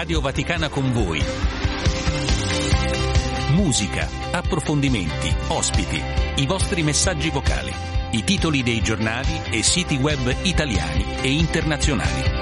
Radio Vaticana con voi. Musica, approfondimenti, ospiti, i vostri messaggi vocali, i titoli dei giornali e siti web italiani e internazionali.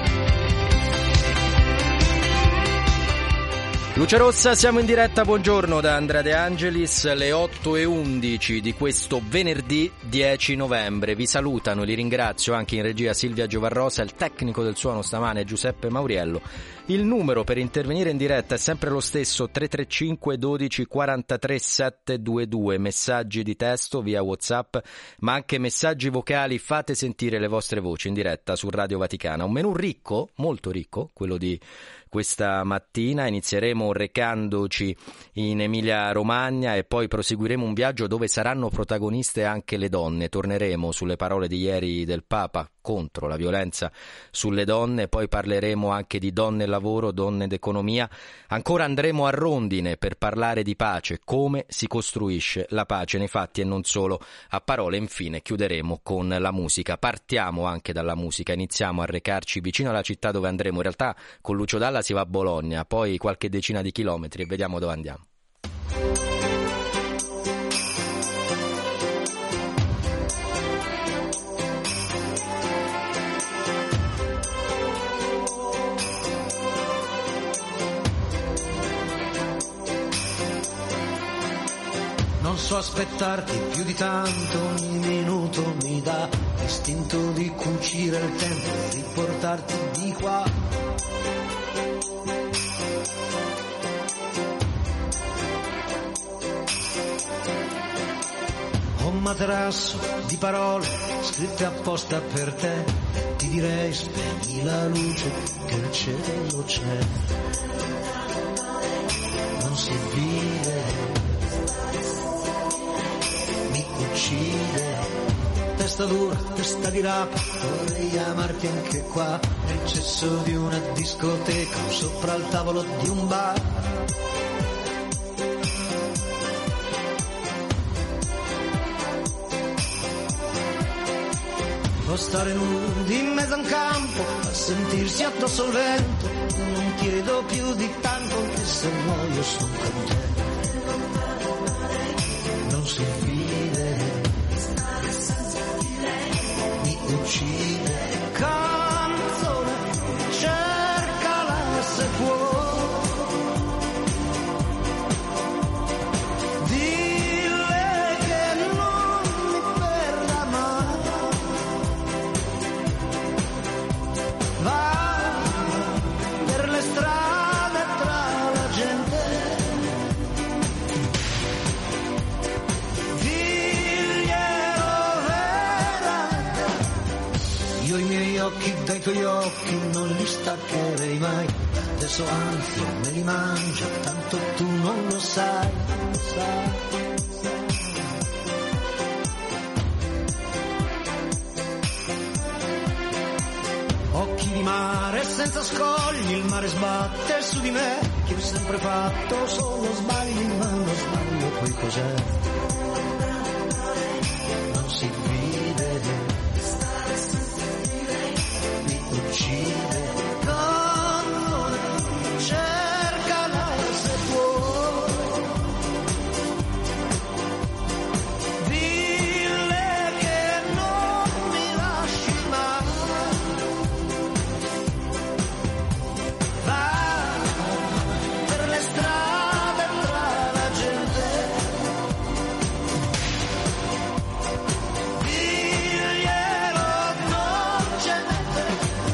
Luce Rossa, siamo in diretta, buongiorno da Andrea De Angelis, le 8:11 di questo venerdì 10 novembre. Vi salutano, li ringrazio anche in regia Silvia Giovarrosa, il tecnico del suono stamane Giuseppe Mauriello. Il numero per intervenire in diretta è sempre lo stesso, 335 12 43 722, messaggi di testo via WhatsApp, ma anche messaggi vocali, fate sentire le vostre voci in diretta su Radio Vaticana. Un menù ricco, molto ricco, quello di questa mattina. Inizieremo recandoci in Emilia-Romagna e poi proseguiremo un viaggio dove saranno protagoniste anche le donne. Torneremo sulle parole di ieri del Papa contro la violenza sulle donne, poi parleremo anche di donne e lavoro, donne ed economia. Ancora andremo a Rondine per parlare di pace, come si costruisce la pace nei fatti e non solo a parole. Infine chiuderemo con la musica. Partiamo anche dalla musica, iniziamo a recarci vicino alla città dove andremo. In realtà con Lucio Dalla si va a Bologna, poi qualche decina di chilometri e vediamo dove andiamo. Non so aspettarti più di tanto, ogni minuto mi dà l'istinto di cucire il tempo e riportarti di qua. Ho un materasso di parole scritte apposta per te, ti direi spegni la luce che il cielo c'è. Non si vive, uccide, testa dura, testa di rapa, vorrei amarti anche qua, nel cesso di una discoteca o sopra il tavolo di un bar. O stare nudi in mezzo a un campo, a sentirsi addosso al vento, non chiedo più di tanto, anche se muoio sono contento. Non si vive, mi uccide, canzone, cercala se può, dille che non mi perda mai, va per le strade tra la gente. Io i miei occhi dai tuoi occhi non li staccherei mai, adesso anzi me li mangio, tanto tu non lo sai, lo sai. Occhi di mare senza scogli, il mare sbatte su di me, che ho sempre fatto solo sbagli, ma lo sbaglio poi cos'è? Non si vive, uccide, canzone, cercala se può, dille che non mi lasci mai, va per le strade tra la gente, diglielo dolcemente.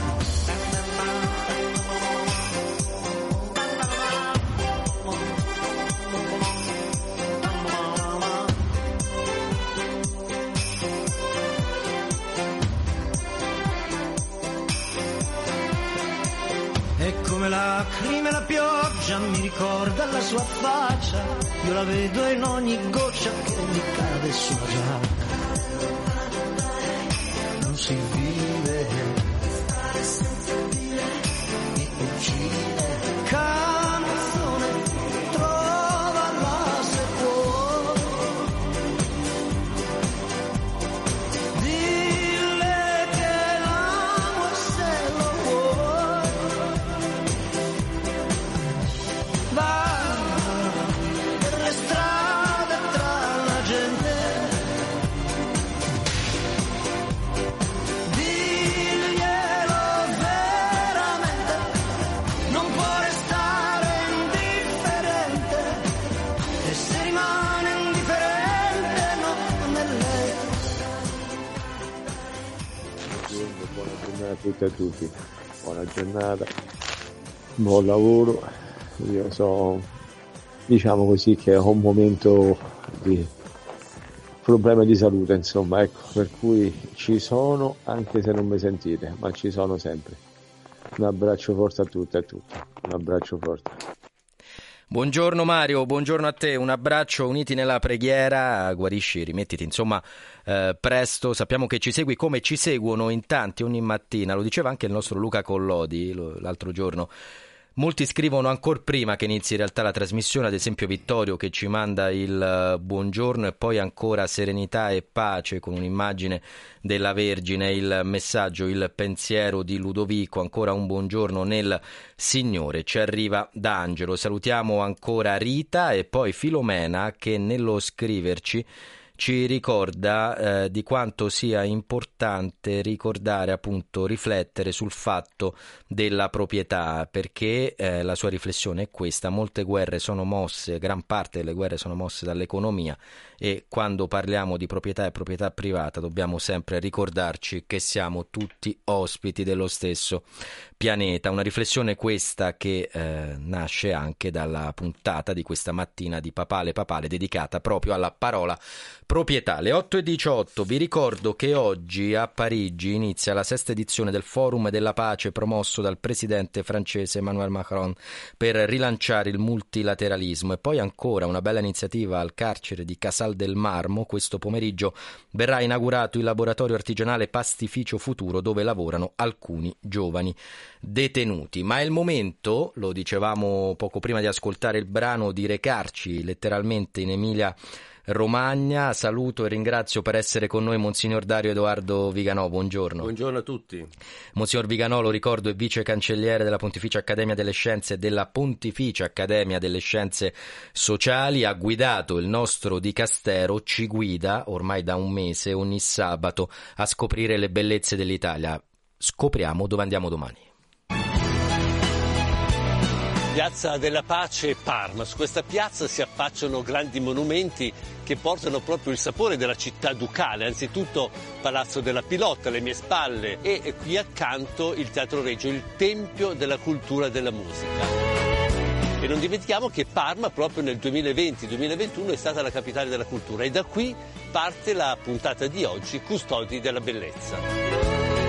E come lacrime la pioggia mi ricorda la sua faccia, io la vedo in ogni goccia che mi cade sulla giacca. Non si vive, mi uccide, canzone, trovala se può, dille che l'amo e se lo vuoi. a tutte e a tutti, buona giornata, buon lavoro. Io so, diciamo così, che ho un momento di problema di salute, insomma, ecco, per cui ci sono, anche se non mi sentite, ma ci sono sempre. Un abbraccio forte a tutte e a tutti, un abbraccio forte. Buongiorno Mario, buongiorno a te, un abbraccio, uniti nella preghiera, guarisci, rimettiti insomma presto. Sappiamo che ci segui come ci seguono in tanti ogni mattina, lo diceva anche il nostro Luca Collodi l'altro giorno. Molti scrivono ancora prima che inizi in realtà la trasmissione, ad esempio Vittorio che ci manda il buongiorno e poi ancora serenità e pace con un'immagine della Vergine, il messaggio, il pensiero di Ludovico, ancora un buongiorno nel Signore, ci arriva da Angelo. Salutiamo ancora Rita e poi Filomena che nello scriverci ci ricorda di quanto sia importante ricordare, appunto, riflettere sul fatto della proprietà, perché la sua riflessione è questa: molte guerre sono mosse, gran parte delle guerre sono mosse dall'economia, e quando parliamo di proprietà e proprietà privata dobbiamo sempre ricordarci che siamo tutti ospiti dello stesso pianeta. Una riflessione questa che nasce anche dalla puntata di questa mattina di Papale dedicata proprio alla parola proprietà. Le 8:18, vi ricordo che oggi a Parigi inizia la 6ª edizione del Forum della Pace promosso dal presidente francese Emmanuel Macron per rilanciare il multilateralismo, e poi ancora una bella iniziativa al carcere di Casal del Marmo. Questo pomeriggio verrà inaugurato il laboratorio artigianale Pastificio Futuro, dove lavorano alcuni giovani detenuti. Ma è il momento, lo dicevamo poco prima di ascoltare il brano, di recarci letteralmente in Emilia Romagna. Saluto e ringrazio per essere con noi Monsignor Dario Edoardo Viganò, buongiorno. Buongiorno a tutti. Monsignor Viganò, lo ricordo, è vice cancelliere della Pontificia Accademia delle Scienze e della Pontificia Accademia delle Scienze Sociali, ha guidato il nostro dicastero, ci guida ormai da un mese ogni sabato a scoprire le bellezze dell'Italia. Scopriamo dove andiamo domani. Piazza della Pace, Parma. Su questa piazza si affacciano grandi monumenti che portano proprio il sapore della città ducale. Anzitutto Palazzo della Pilotta alle mie spalle, e qui accanto il Teatro Regio, il tempio della cultura e della musica. E non dimentichiamo che Parma proprio nel 2020-2021 è stata la capitale della cultura, e da qui parte la puntata di oggi, Custodi della Bellezza.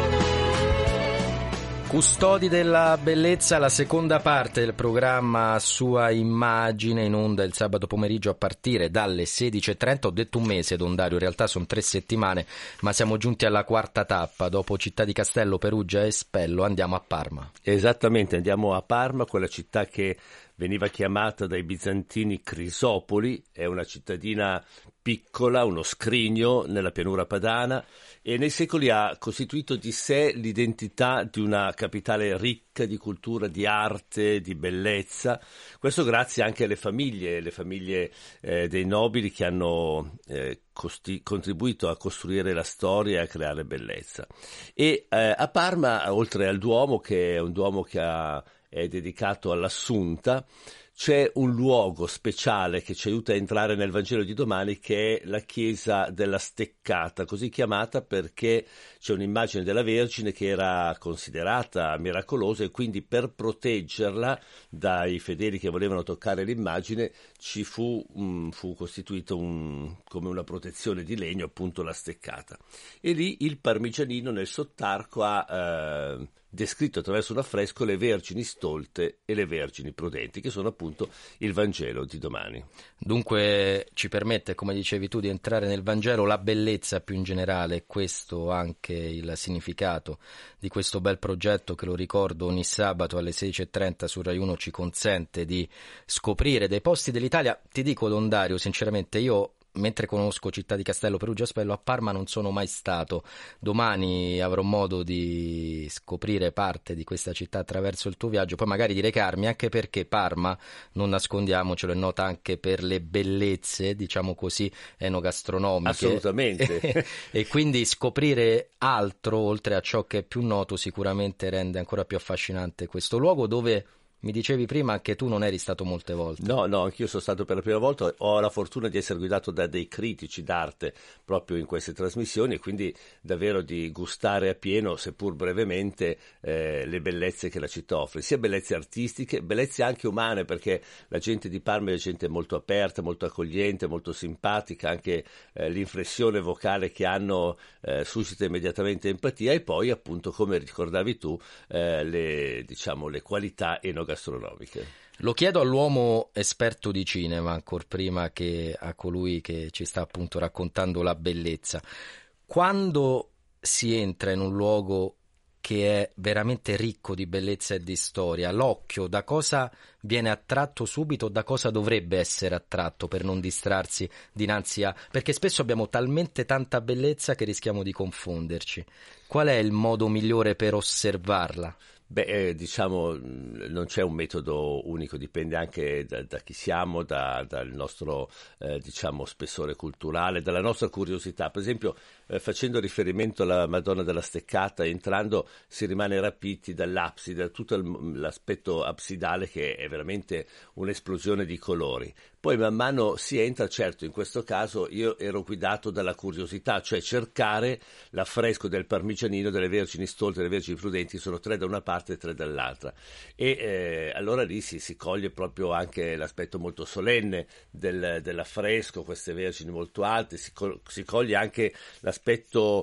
Custodi della Bellezza, la seconda parte del programma Sua Immagine, in onda il sabato pomeriggio a partire dalle 16:30. Ho detto un mese, Don Dario, in realtà sono 3 settimane, ma siamo giunti alla quarta tappa. Dopo Città di Castello, Perugia e Spello andiamo a Parma. Esattamente, andiamo a Parma, quella città che veniva chiamata dai bizantini Crisopoli. È una cittadina piccola, uno scrigno nella pianura padana, e nei secoli ha costituito di sé l'identità di una capitale ricca di cultura, di arte, di bellezza. Questo grazie anche alle famiglie dei nobili che hanno contribuito a costruire la storia e a creare bellezza. E a Parma, oltre al Duomo, che è un Duomo che è dedicato all'Assunta, c'è un luogo speciale che ci aiuta a entrare nel Vangelo di domani, che è la chiesa della Steccata, così chiamata perché c'è un'immagine della Vergine che era considerata miracolosa, e quindi per proteggerla dai fedeli che volevano toccare l'immagine ci fu costituito come una protezione di legno, appunto la Steccata. E lì il Parmigianino nel sottarco ha descritto attraverso un affresco le vergini stolte e le vergini prudenti, che sono appunto il Vangelo di domani. Dunque ci permette, come dicevi tu, di entrare nel Vangelo, la bellezza più in generale. Questo anche il significato di questo bel progetto che, lo ricordo, ogni sabato alle 16:30 su Rai 1 ci consente di scoprire dei posti dell'Italia. Ti dico, Don Dario, sinceramente, io, mentre conosco Città di Castello, Perugia e Spello, a Parma non sono mai stato. Domani avrò modo di scoprire parte di questa città attraverso il tuo viaggio, poi magari di recarmi, anche perché Parma, non nascondiamocelo, è nota anche per le bellezze, diciamo così, enogastronomiche. Assolutamente. E quindi scoprire altro, oltre a ciò che è più noto, sicuramente rende ancora più affascinante questo luogo, dove Mi dicevi prima che tu non eri stato molte volte. No, anch'io sono stato per la prima volta, ho la fortuna di essere guidato da dei critici d'arte proprio in queste trasmissioni e quindi davvero di gustare appieno, seppur brevemente, le bellezze che la città offre, sia bellezze artistiche, bellezze anche umane, perché la gente di Parma è gente molto aperta, molto accogliente, molto simpatica, anche l'inflessione vocale che hanno suscita immediatamente empatia, e poi appunto, come ricordavi tu, le qualità enogastronomiche. Lo chiedo all'uomo esperto di cinema, ancor prima che a colui che ci sta appunto raccontando la bellezza. Quando si entra in un luogo che è veramente ricco di bellezza e di storia, l'occhio da cosa viene attratto subito, da cosa dovrebbe essere attratto per non distrarsi dinanzi a... Perché spesso abbiamo talmente tanta bellezza che rischiamo di confonderci. Qual è il modo migliore per osservarla? Non c'è un metodo unico, dipende anche da chi siamo, dal nostro spessore culturale, dalla nostra curiosità. Per esempio, facendo riferimento alla Madonna della Steccata, entrando si rimane rapiti dall'abside, da tutto l'aspetto absidale, che è veramente un'esplosione di colori. Poi man mano si entra, certo, in questo caso io ero guidato dalla curiosità, cioè cercare l'affresco del Parmigianino, delle Vergini Stolte, delle Vergini Prudenti, sono 3 da una parte e 3 dall'altra, e allora lì si coglie proprio anche l'aspetto molto solenne dell'affresco, queste Vergini molto alte, si coglie anche l'aspetto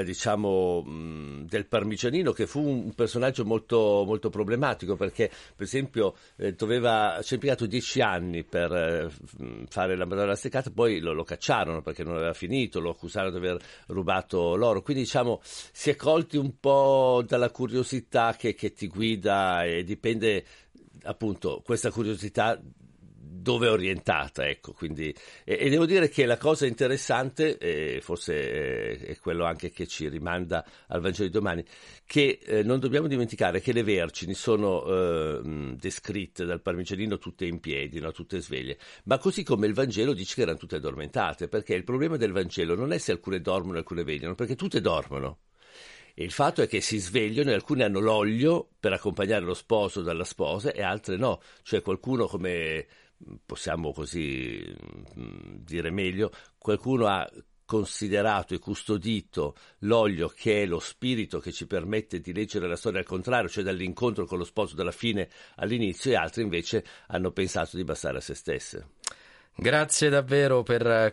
del Parmigianino, che fu un personaggio molto, molto problematico, perché per esempio ci ha impiegato 10 anni per fare la Madonna della Steccata, poi lo cacciarono perché non aveva finito, lo accusarono di aver rubato l'oro, quindi si è colti un po' dalla curiosità che ti guida, e dipende appunto questa curiosità dove è orientata, ecco. Quindi, e devo dire che la cosa interessante, forse è quello anche che ci rimanda al Vangelo di domani, che non dobbiamo dimenticare che le Vergini sono descritte dal Parmigianino tutte in piedi, no? Tutte sveglie, ma così come il Vangelo dice che erano tutte addormentate, perché il problema del Vangelo non è se alcune dormono e alcune vegliano, perché tutte dormono. E il fatto è che si svegliano, e alcune hanno l'olio per accompagnare lo sposo dalla sposa e altre no, cioè qualcuno, come possiamo così dire meglio, qualcuno ha considerato e custodito l'olio, che è lo spirito che ci permette di leggere la storia al contrario, cioè dall'incontro con lo sposo dalla fine all'inizio, e altri invece hanno pensato di bastare a se stesse. Grazie davvero per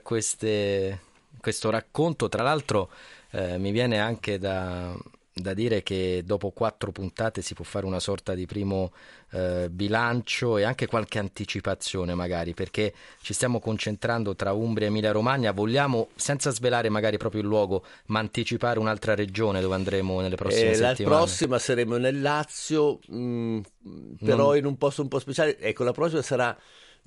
questo racconto. Tra l'altro mi viene anche da dire che dopo 4 puntate si può fare una sorta di primo bilancio e anche qualche anticipazione magari, perché ci stiamo concentrando tra Umbria e Emilia Romagna. Vogliamo, senza svelare magari proprio il luogo, ma anticipare un'altra regione dove andremo nelle prossime settimane? La prossima saremo nel Lazio, però in un posto un po' speciale. Ecco, la prossima sarà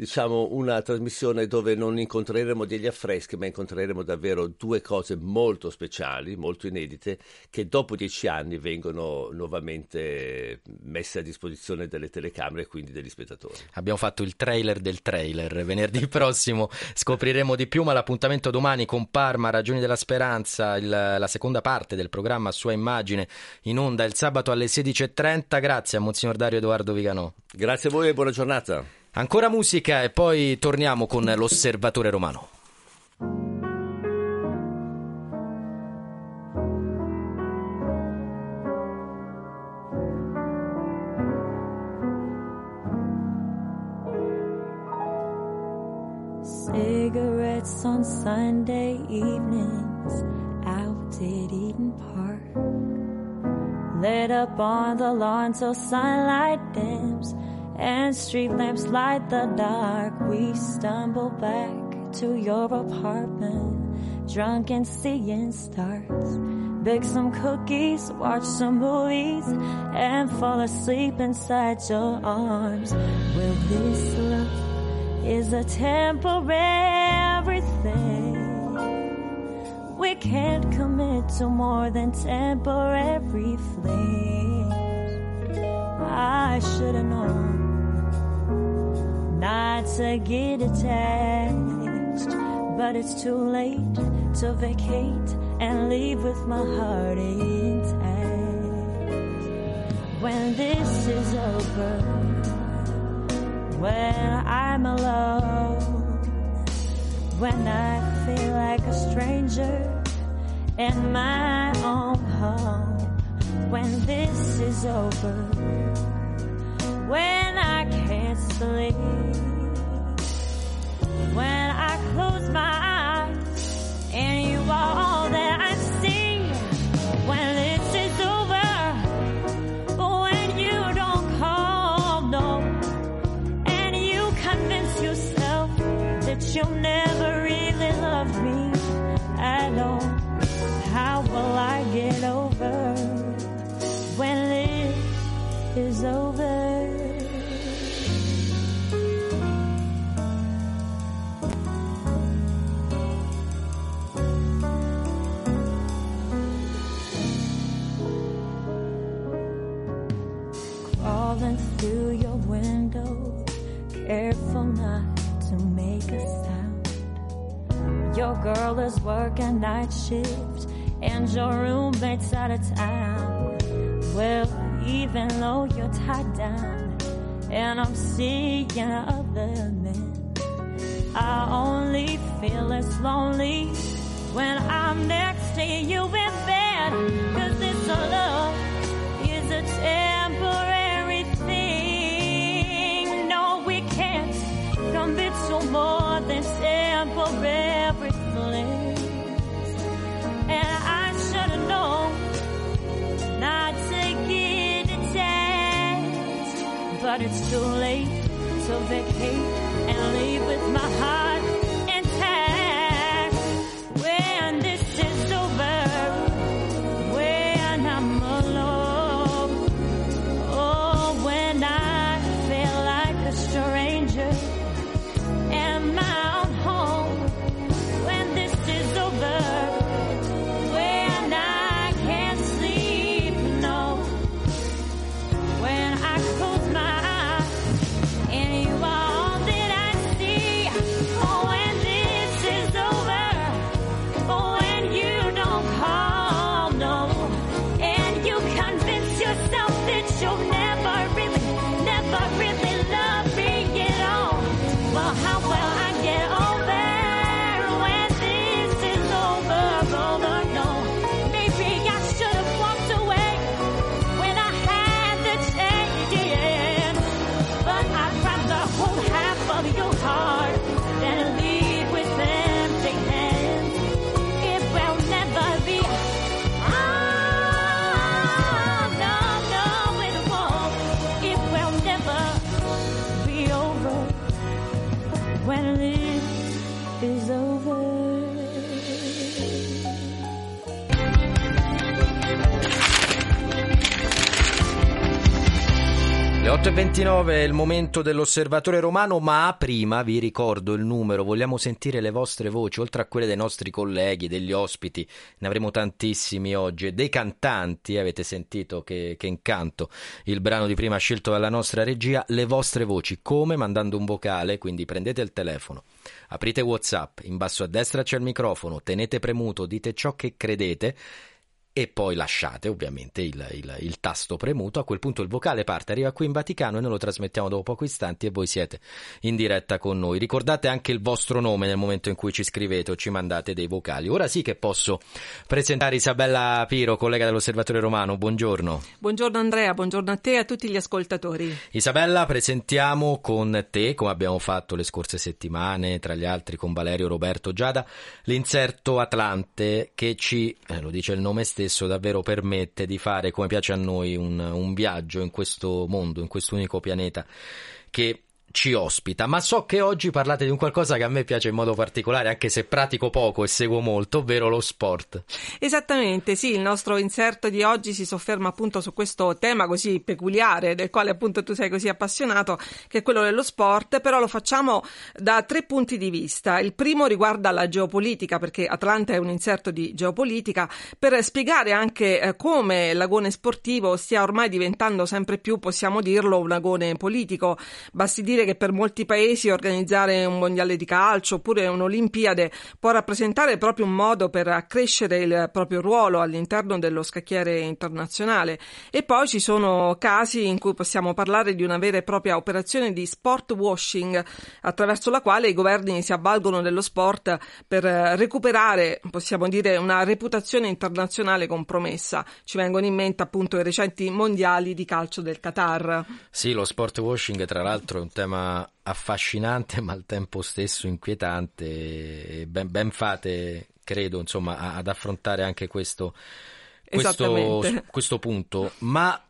una trasmissione dove non incontreremo degli affreschi, ma incontreremo davvero 2 cose molto speciali, molto inedite, che dopo 10 anni vengono nuovamente messe a disposizione delle telecamere e quindi degli spettatori. Abbiamo fatto il trailer del trailer. Venerdì prossimo scopriremo di più, ma l'appuntamento domani con Parma, Ragioni della Speranza, la seconda parte del programma Sua Immagine, in onda il sabato alle 16:30. Grazie a Monsignor Dario Edoardo Viganò. Grazie a voi e buona giornata. Ancora musica e poi torniamo con l'Osservatore Romano. Cigarettes on Sunday evenings out at Eden Park, lit up on the lawn till sunlight dims and street lamps light the dark. We stumble back to your apartment, drunk and seeing stars, bake some cookies, watch some movies, and fall asleep inside your arms. Well, this love is a temporary thing. We can't commit to more than temporary flings. I should've known not to get attached, but it's too late to vacate and leave with my heart intact. When this is over, when I'm alone, when I feel like a stranger in my own home, when this is over, when I can't sleep, when I close my eyes and you are all that I see, when this is over, when you don't call, no, and you convince yourself that you'll never really love me at all. How will I get over when this is over? Crawling through your window, careful not to make a sound. Your girl is working night shift and your roommate's out of town. Well, even though you're tied down and I'm seeing other men, I only feel as lonely when I'm next to you in bed. 'Cause this love is a temporary thing. No, we can't commit to more than temporary flings. And I should've known not to get attached, but it's too late to vacate and leave with my heart intact. When this is over, when I'm alone, oh, when I feel like a stranger in my own home, when this is over, when I can't sleep, no, when I close my eyes and you are all that I see, oh, when this is over, when you don't call, no, and you convince yourself that you'll never really love me at all. Well, how will I get over when this is over? No, maybe I should have walked away when I had the chance, but I'd rather hold half of your heart than leave with empty hands. It will never be. No, it won't. It will never be over when this is over. Le 8:29 è il momento dell'Osservatore Romano, ma prima vi ricordo il numero, vogliamo sentire le vostre voci, oltre a quelle dei nostri colleghi, degli ospiti, ne avremo tantissimi oggi, e dei cantanti, avete sentito che incanto il brano di prima scelto dalla nostra regia, le vostre voci, come? Mandando un vocale, quindi prendete il telefono, aprite WhatsApp, in basso a destra c'è il microfono, tenete premuto, dite ciò che credete, e poi lasciate ovviamente il tasto premuto. A quel punto il vocale parte, arriva qui in Vaticano e noi lo trasmettiamo dopo pochi istanti e voi siete in diretta con noi. Ricordate anche il vostro nome nel momento in cui ci scrivete o ci mandate dei vocali. Ora sì che posso presentare Isabella Piro, collega dell'Osservatore Romano. Buongiorno. Buongiorno Andrea, buongiorno a te e a tutti gli ascoltatori. Isabella, presentiamo con te, come abbiamo fatto le scorse settimane, tra gli altri con Valerio, Roberto, Giada, l'inserto Atlante che ci, lo dice il nome stesso, davvero permette di fare, come piace a noi, un viaggio in questo mondo, in questo unico pianeta che ci ospita. Ma so che oggi parlate di un qualcosa che a me piace in modo particolare, anche se pratico poco e seguo molto, ovvero lo sport. Esattamente, sì, il nostro inserto di oggi si sofferma appunto su questo tema così peculiare, del quale appunto tu sei così appassionato, che è quello dello sport, però lo facciamo da 3 punti di vista. Il primo riguarda la geopolitica, perché Atlanta è un inserto di geopolitica, per spiegare anche come l'agone sportivo stia ormai diventando sempre più, possiamo dirlo, un agone politico. Basti dire dire che per molti paesi organizzare un mondiale di calcio oppure un'Olimpiade può rappresentare proprio un modo per accrescere il proprio ruolo all'interno dello scacchiere internazionale. E poi ci sono casi in cui possiamo parlare di una vera e propria operazione di sport washing, attraverso la quale i governi si avvalgono dello sport per recuperare, possiamo dire, una reputazione internazionale compromessa. Ci vengono in mente appunto i recenti mondiali di calcio del Qatar. Sì, lo sport washing tra l'altro è un tema affascinante ma al tempo stesso inquietante, e ben fate, credo, insomma, ad affrontare anche questo punto. Ma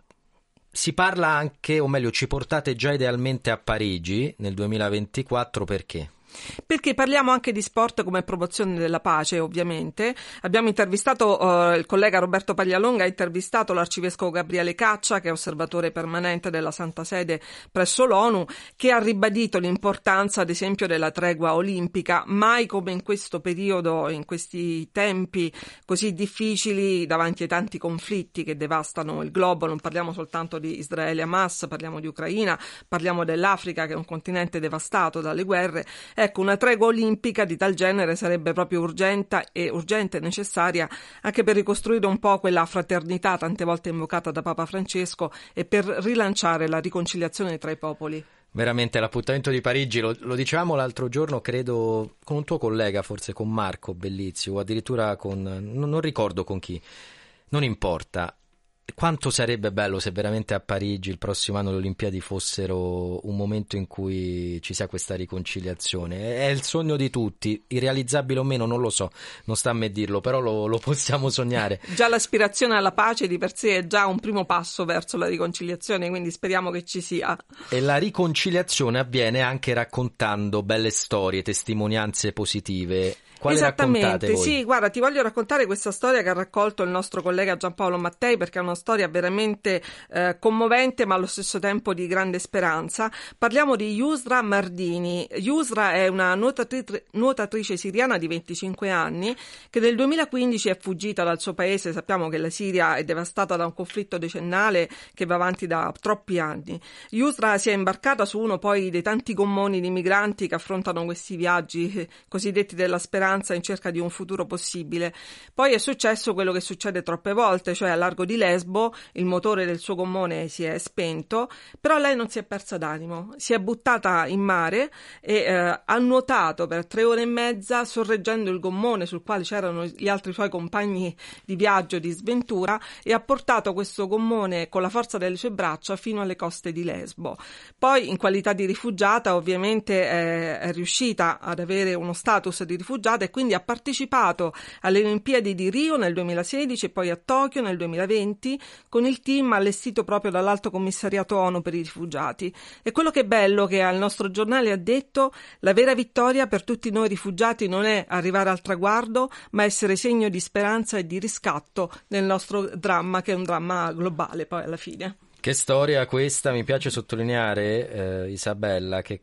si parla anche, o meglio ci portate già idealmente a Parigi nel 2024, perché? Perché parliamo anche di sport come promozione della pace, ovviamente. Abbiamo intervistato, il collega Roberto Paglialonga ha intervistato l'arcivescovo Gabriele Caccia, che è osservatore permanente della Santa Sede presso l'ONU, che ha ribadito l'importanza, ad esempio, della tregua olimpica. Mai come in questo periodo, in questi tempi così difficili, davanti ai tanti conflitti che devastano il globo. Non parliamo soltanto di Israele e Hamas, parliamo di Ucraina, parliamo dell'Africa, che è un continente devastato dalle guerre. Ecco, una tregua olimpica di tal genere sarebbe proprio urgente e necessaria anche per ricostruire un po' quella fraternità tante volte invocata da Papa Francesco e per rilanciare la riconciliazione tra i popoli. Veramente l'appuntamento di Parigi, lo dicevamo l'altro giorno, credo con un tuo collega, forse con Marco Bellizio, o addirittura con, non ricordo con chi, non importa. Quanto sarebbe bello se veramente a Parigi il prossimo anno le Olimpiadi fossero un momento in cui ci sia questa riconciliazione. È il sogno di tutti, irrealizzabile o meno non lo so, non sta a me dirlo, però lo possiamo sognare. Già l'aspirazione alla pace di per sé è già un primo passo verso la riconciliazione, quindi speriamo che ci sia. E la riconciliazione avviene anche raccontando belle storie, testimonianze positive. Quali raccontate voi? Sì, guarda, ti voglio raccontare questa storia che ha raccolto il nostro collega Giampaolo Mattei, perché è una storia veramente commovente ma allo stesso tempo di grande speranza. Parliamo di Yusra Mardini. Yusra è una nuotatrice siriana di 25 anni che nel 2015 è fuggita dal suo paese. Sappiamo che la Siria è devastata da un conflitto decennale che va avanti da troppi anni. Yusra si è imbarcata su uno poi dei tanti gommoni di migranti che affrontano questi viaggi cosiddetti della speranza in cerca di un futuro possibile. Poi è successo quello che succede troppe volte, cioè al largo di Lesbo il motore del suo gommone si è spento, però lei non si è persa d'animo, si è buttata in mare e ha nuotato per 3 ore e mezza sorreggendo il gommone sul quale c'erano gli altri suoi compagni di viaggio di sventura, e ha portato questo gommone con la forza delle sue braccia fino alle coste di Lesbo. Poi in qualità di rifugiata ovviamente è riuscita ad avere uno status di rifugiata e quindi ha partecipato alle Olimpiadi di Rio nel 2016 e poi a Tokyo nel 2020 con il team allestito proprio dall'Alto Commissariato ONU per i rifugiati. E quello che è bello, che al nostro giornale ha detto: la vera vittoria per tutti noi rifugiati non è arrivare al traguardo, ma essere segno di speranza e di riscatto nel nostro dramma, che è un dramma globale poi alla fine. Che storia questa. Mi piace sottolineare, Isabella, che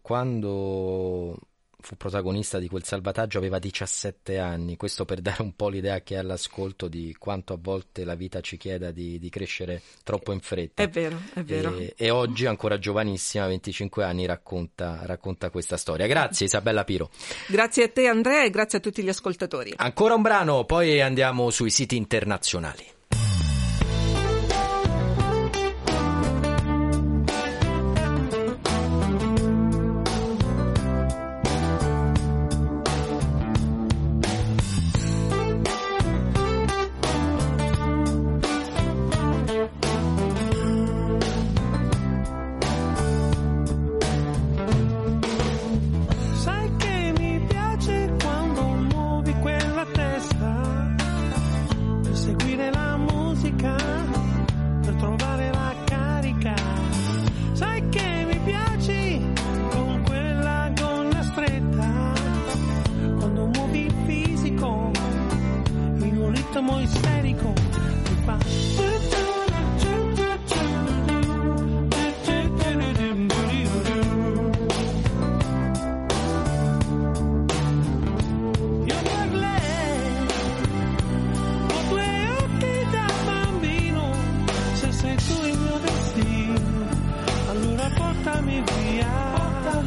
quando fu protagonista di quel salvataggio aveva 17 anni, questo per dare un po' l'idea che è all'ascolto di quanto a volte la vita ci chieda di crescere troppo in fretta. È vero. E oggi, ancora giovanissima, 25 anni, racconta questa storia. Grazie Isabella Piro. Grazie a te Andrea e grazie a tutti gli ascoltatori. Ancora un brano, poi andiamo sui siti internazionali. Portami via,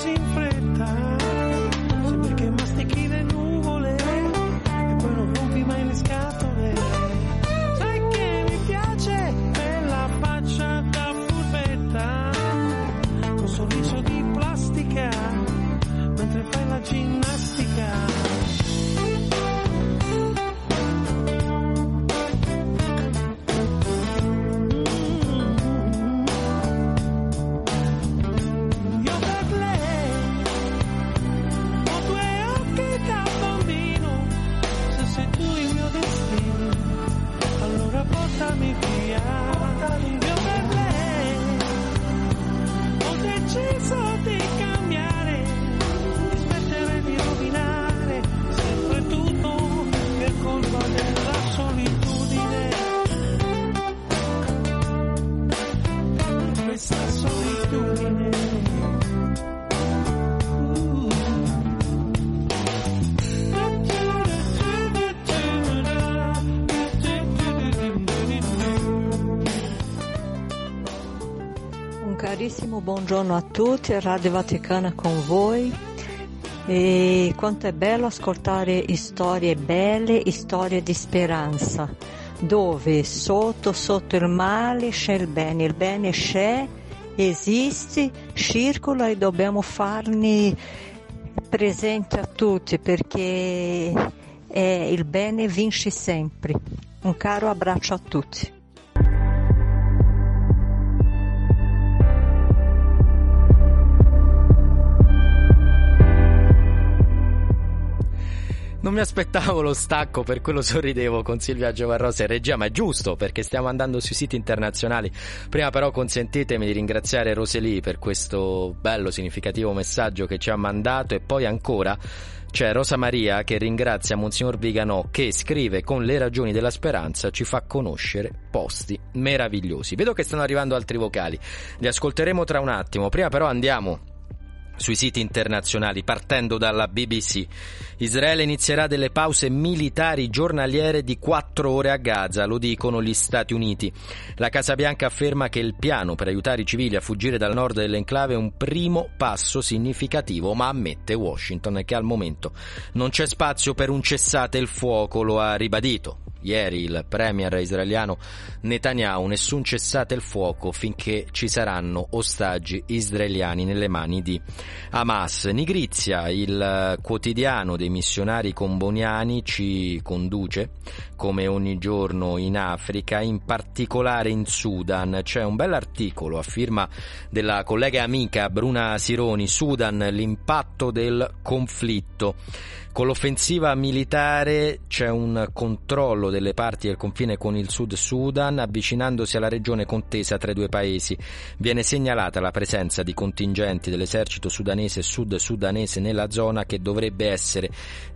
così in fretta, sembri che mastichi le nuvole e poi non rompi mai le scatole. Sai che mi piace quella faccia da furbetta, con sorriso di plastica, mentre fai la ginnastica. Portami via, io per lei ho deciso di cambiare, di smettere di rovinare sempre tutto per colpa della solitudine, questa solitudine. Carissimo buongiorno a tutti, Radio Vaticana con voi. E quanto è bello ascoltare storie belle, storie di speranza, dove sotto il male c'è il bene c'è, esiste, circola e dobbiamo farne presente a tutti perché il bene vince sempre. Un caro abbraccio a tutti. Non mi aspettavo lo stacco, per quello sorridevo con Silvia Giovarrosa e regia, ma è giusto perché stiamo andando sui siti internazionali. Prima però consentitemi di ringraziare Roseli per questo bello significativo messaggio che ci ha mandato, e poi ancora c'è Rosa Maria che ringrazia Monsignor Viganò, che scrive: con le ragioni della speranza ci fa conoscere posti meravigliosi. Vedo che stanno arrivando altri vocali, li ascolteremo tra un attimo. Prima però andiamo sui siti internazionali, partendo dalla BBC. Israele inizierà delle pause militari giornaliere di 4 ore a Gaza, lo dicono gli Stati Uniti. La Casa Bianca afferma che il piano per aiutare i civili a fuggire dal nord dell'enclave è un primo passo significativo, ma ammette Washington che al momento non c'è spazio per un cessate il fuoco, lo ha ribadito ieri il premier israeliano Netanyahu: nessun cessate il fuoco finché ci saranno ostaggi israeliani nelle mani di Hamas. Nigrizia, il quotidiano dei missionari comboniani, ci conduce come ogni giorno in Africa, in particolare in Sudan. C'è un bell'articolo a firma della collega e amica Bruna Sironi. Sudan, l'impatto del conflitto. Con l'offensiva militare c'è un controllo delle parti del confine con il Sud Sudan, avvicinandosi alla regione contesa tra i due paesi. Viene segnalata la presenza di contingenti dell'esercito sudanese e sud-sudanese nella zona, che dovrebbe essere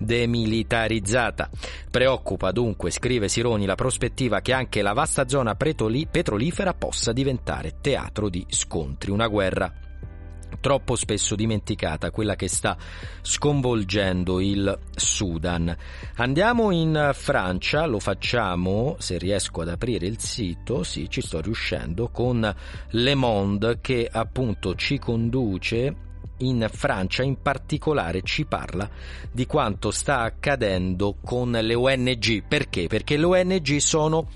demilitarizzata. Preoccupa dunque, scrive Sironi, la prospettiva che anche la vasta zona petrolifera possa diventare teatro di scontri. Una guerra troppo spesso dimenticata, quella che sta sconvolgendo il Sudan. Andiamo in Francia, lo facciamo, se riesco ad aprire il sito, sì, ci sto riuscendo, con Le Monde, che appunto ci conduce in Francia. In particolare ci parla di quanto sta accadendo con le ONG. Perché? Perché le ONG sono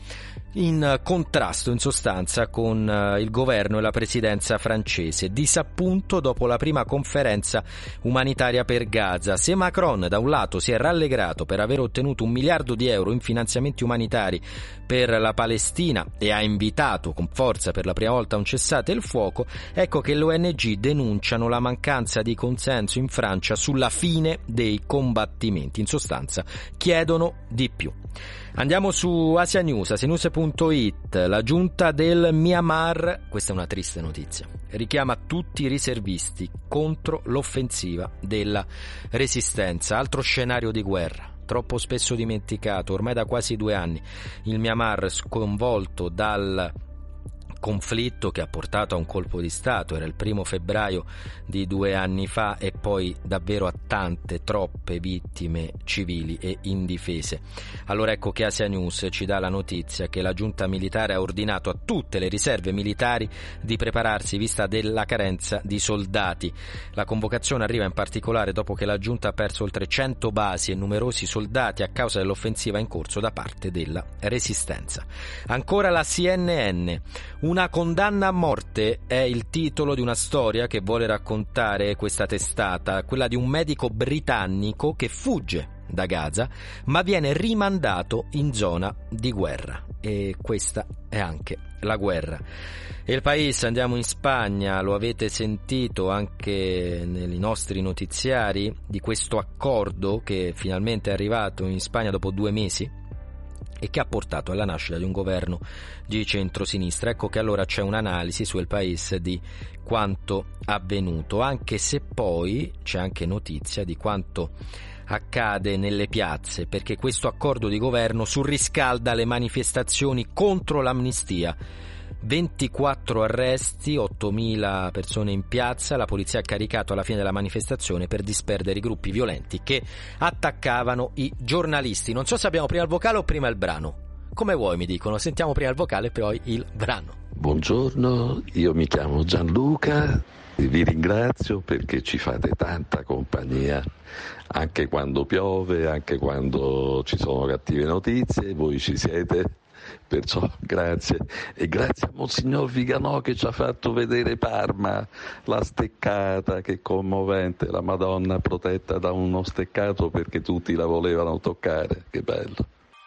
in contrasto in sostanza con il governo e la presidenza francese. Disappunto dopo la prima conferenza umanitaria per Gaza. Se Macron da un lato si è rallegrato per aver ottenuto 1 miliardo di euro in finanziamenti umanitari per la Palestina e ha invitato con forza per la prima volta un cessate il fuoco, ecco che le ONG denunciano la mancanza di consenso in Francia sulla fine dei combattimenti. In sostanza chiedono di più. Andiamo su Asia News, asianews.it. La giunta del Myanmar, questa è una triste notizia, richiama tutti i riservisti contro l'offensiva della resistenza. Altro scenario di guerra, troppo spesso dimenticato, ormai da quasi 2 anni. Il Myanmar sconvolto dal conflitto che ha portato a un colpo di Stato. Era il 1 febbraio di 2 anni fa e poi davvero a tante, troppe vittime civili e indifese. Allora ecco che Asia News ci dà la notizia che la giunta militare ha ordinato a tutte le riserve militari di prepararsi vista della carenza di soldati. La convocazione arriva in particolare dopo che la giunta ha perso oltre 100 basi e numerosi soldati a causa dell'offensiva in corso da parte della resistenza. Ancora la CNN. Una condanna a morte è il titolo di una storia che vuole raccontare questa testata, quella di un medico britannico che fugge da Gaza ma viene rimandato in zona di guerra, e questa è anche la guerra. E il País, andiamo in Spagna, lo avete sentito anche nei nostri notiziari di questo accordo che finalmente è arrivato in Spagna dopo 2 mesi e che ha portato alla nascita di un governo di centrosinistra. Ecco che allora c'è un'analisi su El País di quanto avvenuto, anche se poi c'è anche notizia di quanto accade nelle piazze, perché questo accordo di governo surriscalda le manifestazioni contro l'amnistia. 24 arresti, 8.000 persone in piazza, la polizia ha caricato alla fine della manifestazione per disperdere i gruppi violenti che attaccavano i giornalisti. Non so se abbiamo prima il vocale o prima il brano. Come vuoi, mi dicono, sentiamo prima il vocale e poi il brano. Buongiorno, io mi chiamo Gianluca, vi ringrazio perché ci fate tanta compagnia, anche quando piove, anche quando ci sono cattive notizie, voi ci siete. Perciò grazie, e grazie a Monsignor Viganò che ci ha fatto vedere Parma, la steccata, che commovente, la Madonna protetta da uno steccato perché tutti la volevano toccare, che bello.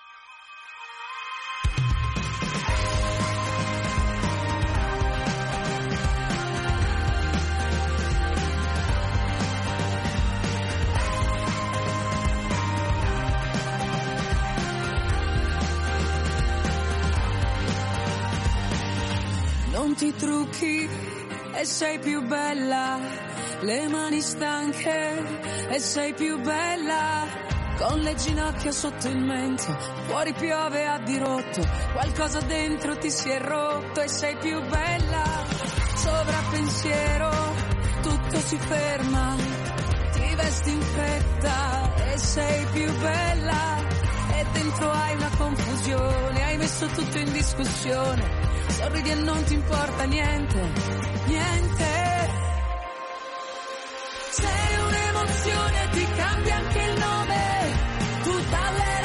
Non ti trucchi e sei più bella, le mani stanche e sei più bella, con le ginocchia sotto il mento, fuori piove a dirotto, qualcosa dentro ti si è rotto e sei più bella, sovrappensiero, tutto si ferma, ti vesti in fretta e sei più bella, e dentro hai una confusione, hai messo tutto in discussione. Sorridi e non ti importa niente, niente. Sei un'emozione, ti cambia anche il nome. Tu dalle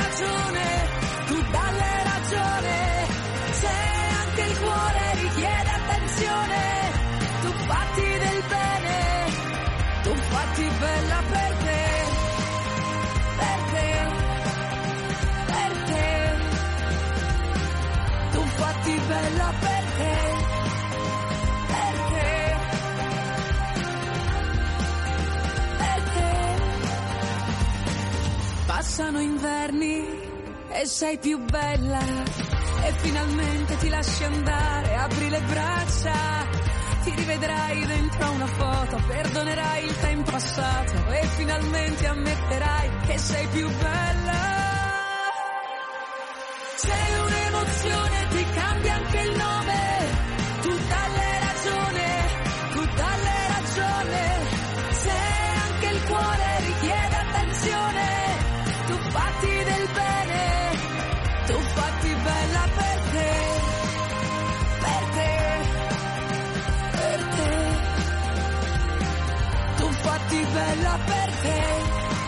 ragione. Sei anche il cuore, richiede attenzione. Tu fatti del bene, tu fatti bella per te. Tu fatti bella per te, Passano inverni e sei più bella, e finalmente ti lasci andare, apri le braccia, ti rivedrai dentro a una foto, perdonerai il tempo passato e finalmente ammetterai che sei più bella. Sei un'emozione, ti cambia anche il nome, tu dalle ragione, sei anche il cuore, richiede attenzione, tu fatti del bene, tu fatti bella per te, tu fatti bella per te.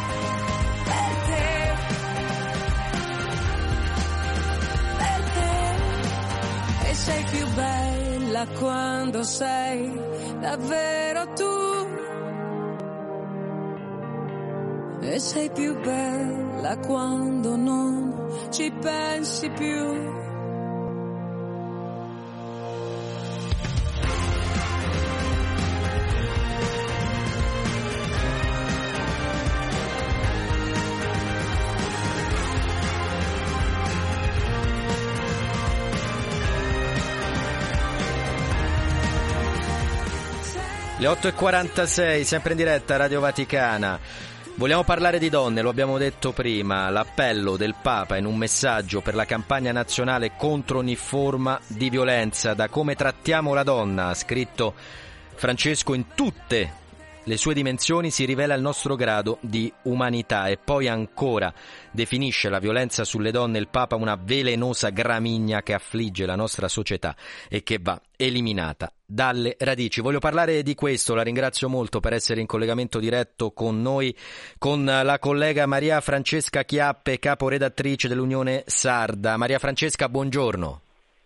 E sei più bella quando sei davvero tu, e sei più bella quando non ci pensi più. Le 8.46, sempre in diretta Radio Vaticana. Vogliamo parlare di donne, lo abbiamo detto prima, l'appello del Papa in un messaggio per la campagna nazionale contro ogni forma di violenza, da come trattiamo la donna, ha scritto Francesco, in tutte le sue dimensioni si rivela il nostro grado di umanità. E poi ancora definisce la violenza sulle donne il Papa una velenosa gramigna che affligge la nostra società e che va eliminata dalle radici. Voglio parlare di questo, la ringrazio molto per essere in collegamento diretto con noi, con la collega Maria Francesca Chiappe, caporedattrice dell'Unione Sarda. Maria Francesca, buongiorno.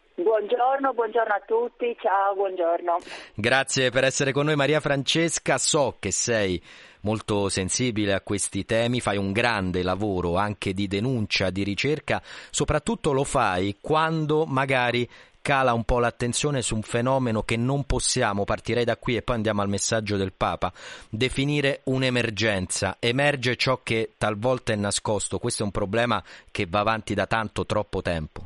Buongiorno a tutti, ciao, buongiorno. Grazie per essere con noi Maria Francesca, so che sei molto sensibile a questi temi, fai un grande lavoro anche di denuncia, di ricerca, soprattutto lo fai quando magari cala un po' l'attenzione su un fenomeno che non possiamo, partirei da qui e poi andiamo al messaggio del Papa, definire un'emergenza. Emerge ciò che talvolta è nascosto, questo è un problema che va avanti da troppo tempo.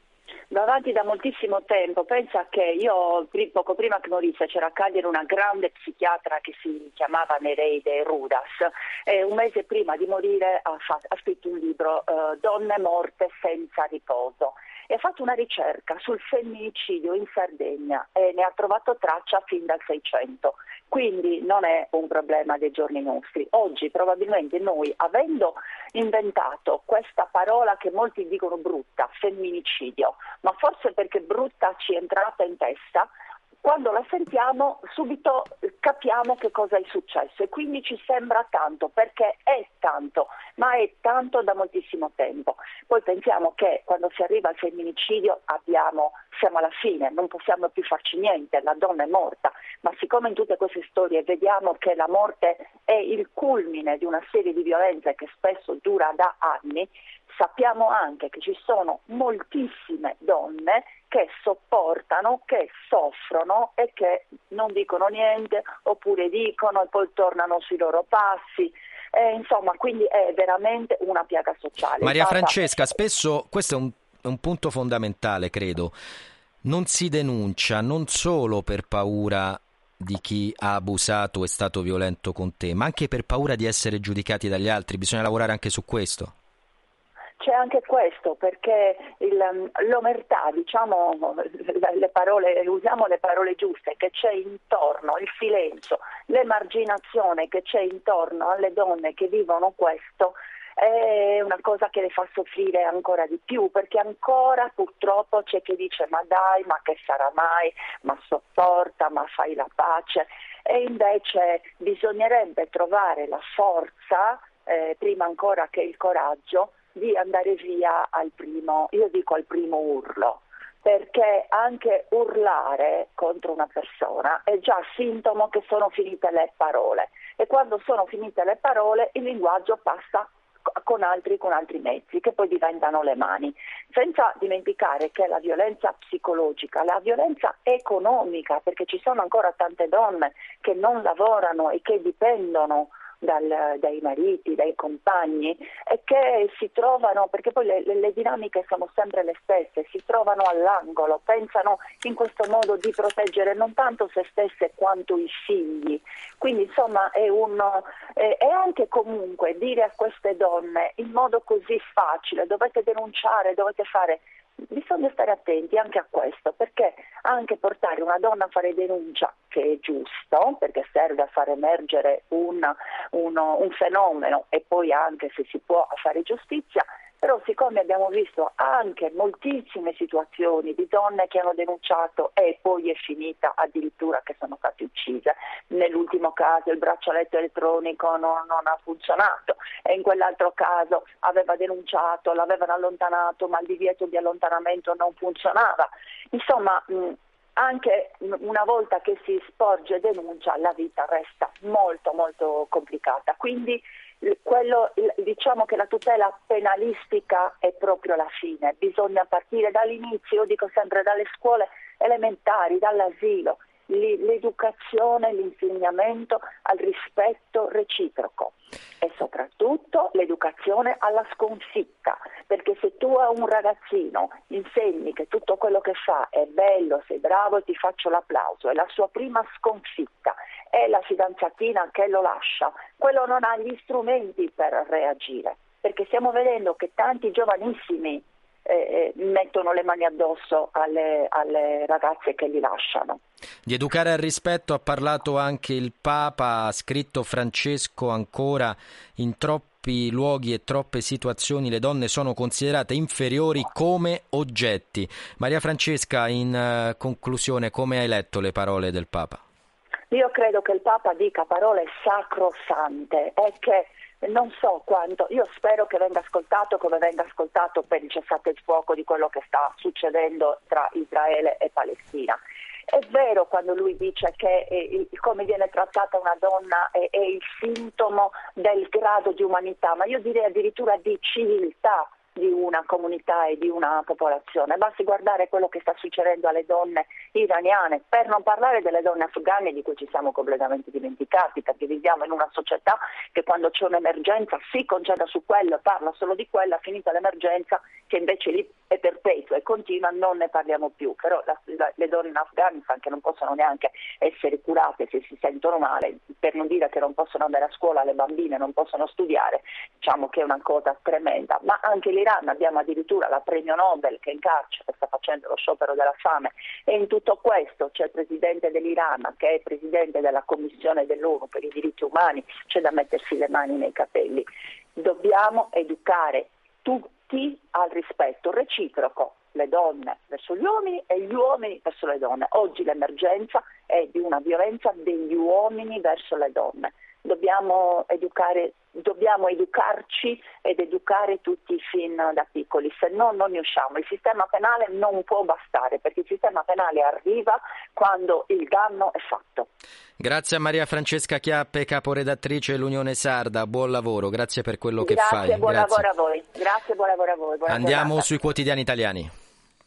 Va avanti da moltissimo tempo. Pensa che io poco prima che morisse c'era a Cagliari una grande psichiatra che si chiamava Nereide Rudas e un mese prima di morire ha scritto un libro, Donne morte senza riposo, e ha fatto una ricerca sul femminicidio in Sardegna e ne ha trovato traccia fin dal 600. Quindi non è un problema dei giorni nostri. Oggi probabilmente noi, avendo inventato questa parola che molti dicono brutta, femminicidio, ma forse perché brutta ci è entrata in testa, quando la sentiamo subito capiamo che cosa è successo e quindi ci sembra tanto, perché è tanto, ma è tanto da moltissimo tempo. Poi pensiamo che quando si arriva al femminicidio siamo alla fine, non possiamo più farci niente, la donna è morta, ma siccome in tutte queste storie vediamo che la morte è il culmine di una serie di violenze che spesso dura da anni, sappiamo anche che ci sono moltissime donne che sopportano, che soffrono e che non dicono niente oppure dicono e poi tornano sui loro passi. Insomma, quindi è veramente una piaga sociale. Maria Francesca, spesso questo è un punto fondamentale, credo. Non si denuncia non solo per paura di chi ha abusato o è stato violento con te, ma anche per paura di essere giudicati dagli altri. Bisogna lavorare anche su questo. C'è anche questo, perché l'omertà, diciamo le parole, usiamo le parole giuste, che c'è intorno, il silenzio, l'emarginazione che c'è intorno alle donne che vivono questo, è una cosa che le fa soffrire ancora di più, perché ancora purtroppo c'è chi dice ma dai, ma che sarà mai, ma sopporta, ma fai la pace, e invece bisognerebbe trovare la forza, prima ancora che il coraggio, di andare via al primo urlo, perché anche urlare contro una persona è già sintomo che sono finite le parole, e quando sono finite le parole il linguaggio passa con altri mezzi che poi diventano le mani, senza dimenticare che la violenza psicologica, la violenza economica, perché ci sono ancora tante donne che non lavorano e che dipendono dai mariti, dai compagni, e che si trovano, perché poi le dinamiche sono sempre le stesse, si trovano all'angolo, pensano in questo modo di proteggere non tanto se stesse quanto i figli. Quindi insomma è anche comunque dire a queste donne in modo così facile: dovete denunciare, dovete fare. Bisogna stare attenti anche a questo, perché anche portare una donna a fare denuncia, che è giusto, perché serve a far emergere un fenomeno e poi anche, se si può, a fare giustizia. Però siccome abbiamo visto anche moltissime situazioni di donne che hanno denunciato e poi è finita addirittura che sono state uccise, nell'ultimo caso il braccialetto elettronico non ha funzionato, e in quell'altro caso aveva denunciato, l'avevano allontanato ma il divieto di allontanamento non funzionava. Insomma, anche una volta che si sporge denuncia la vita resta molto molto complicata, quindi diciamo che la tutela penalistica è proprio la fine, bisogna partire dall'inizio, io dico sempre dalle scuole elementari, dall'asilo, l'educazione, l'insegnamento al rispetto reciproco e soprattutto l'educazione alla sconfitta, perché se tu a un ragazzino insegni che tutto quello che fa è bello, sei bravo e ti faccio l'applauso, è la sua prima sconfitta, è la fidanzatina che lo lascia, quello non ha gli strumenti per reagire, perché stiamo vedendo che tanti giovanissimi mettono le mani addosso alle ragazze che li lasciano. Di educare al rispetto ha parlato anche il Papa, ha scritto Francesco ancora: in troppi luoghi e troppe situazioni le donne sono considerate inferiori come oggetti. Maria Francesca, in conclusione, come hai letto le parole del Papa? Io credo che il Papa dica parole sacrosante e che non so quanto, io spero che venga ascoltato come venga ascoltato per il cessate il fuoco di quello che sta succedendo tra Israele e Palestina. È vero quando lui dice che come viene trattata una donna è il sintomo del grado di umanità, ma io direi addirittura di civiltà di una comunità e di una popolazione. Basti guardare quello che sta succedendo alle donne iraniane, per non parlare delle donne afghane di cui ci siamo completamente dimenticati, perché viviamo in una società che quando c'è un'emergenza si concentra su quello, parla solo di quella, finita l'emergenza che invece lì è perpetua e continua, non ne parliamo più. Però le donne in Afghanistan che non possono neanche essere curate se si sentono male, per non dire che non possono andare a scuola, le bambine non possono studiare, diciamo che è una cosa tremenda. Ma anche l'Iran, abbiamo addirittura la premio Nobel che è in carcere, sta facendo lo sciopero della fame, e in tutto questo c'è il presidente dell'Iran che è presidente della Commissione dell'ONU per i diritti umani, c'è da mettersi le mani nei capelli. Dobbiamo educare tutti al rispetto reciproco, le donne verso gli uomini e gli uomini verso le donne. Oggi l'emergenza è di una violenza degli uomini verso le donne. Dobbiamo educarci ed educare tutti fin da piccoli, se no non ne usciamo. Il sistema penale non può bastare, perché il sistema penale arriva quando il danno è fatto. Grazie a Maria Francesca Chiappe, caporedattrice dell'Unione Sarda, buon lavoro, grazie per quello che fai. Grazie, buon lavoro a voi. Grazie, buon lavoro a voi. Andiamo giornata. Sui quotidiani italiani.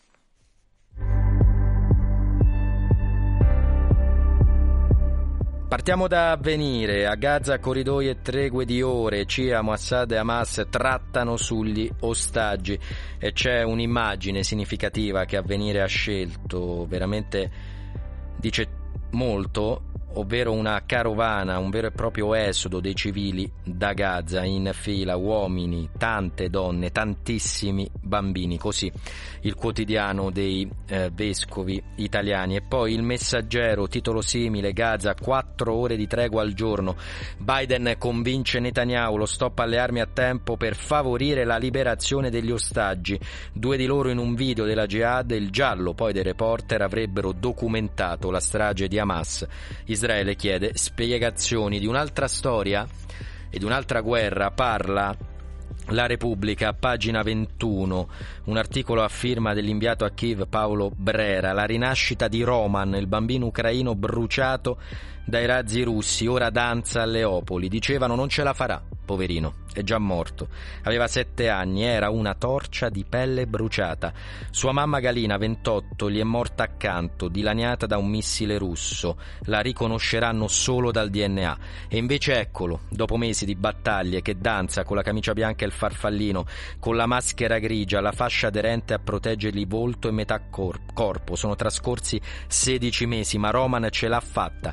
Partiamo da Avvenire. A Gaza corridoi e tregue di ore, CIA, Mossad e Hamas trattano sugli ostaggi, e c'è un'immagine significativa che Avvenire ha scelto, veramente dice molto, ovvero una carovana, un vero e proprio esodo dei civili da Gaza, in fila uomini, tante donne, tantissimi bambini, così il quotidiano dei vescovi italiani. E poi Il Messaggero, titolo simile: Gaza, 4 ore di tregua al giorno, Biden convince Netanyahu, lo stop alle armi a tempo per favorire la liberazione degli ostaggi, 2 di loro in un video della Jihad, il giallo poi dei reporter avrebbero documentato la strage di Hamas. Israele chiede spiegazioni. Di un'altra storia e di un'altra guerra parla La Repubblica, pagina 21, un articolo a firma dell'inviato a Kiev Paolo Brera: la rinascita di Roman, il bambino ucraino bruciato dai razzi russi, ora danza a Leopoli. Dicevano non ce la farà, poverino, è già morto. Aveva 7 anni, era una torcia di pelle bruciata. Sua mamma Galina, 28, gli è morta accanto, dilaniata da un missile russo. La riconosceranno solo dal DNA. E invece eccolo, dopo mesi di battaglie, che danza con la camicia bianca e il farfallino, con la maschera grigia, la fascia aderente a proteggergli volto e metà corpo. Sono trascorsi 16 mesi, ma Roman ce l'ha fatta.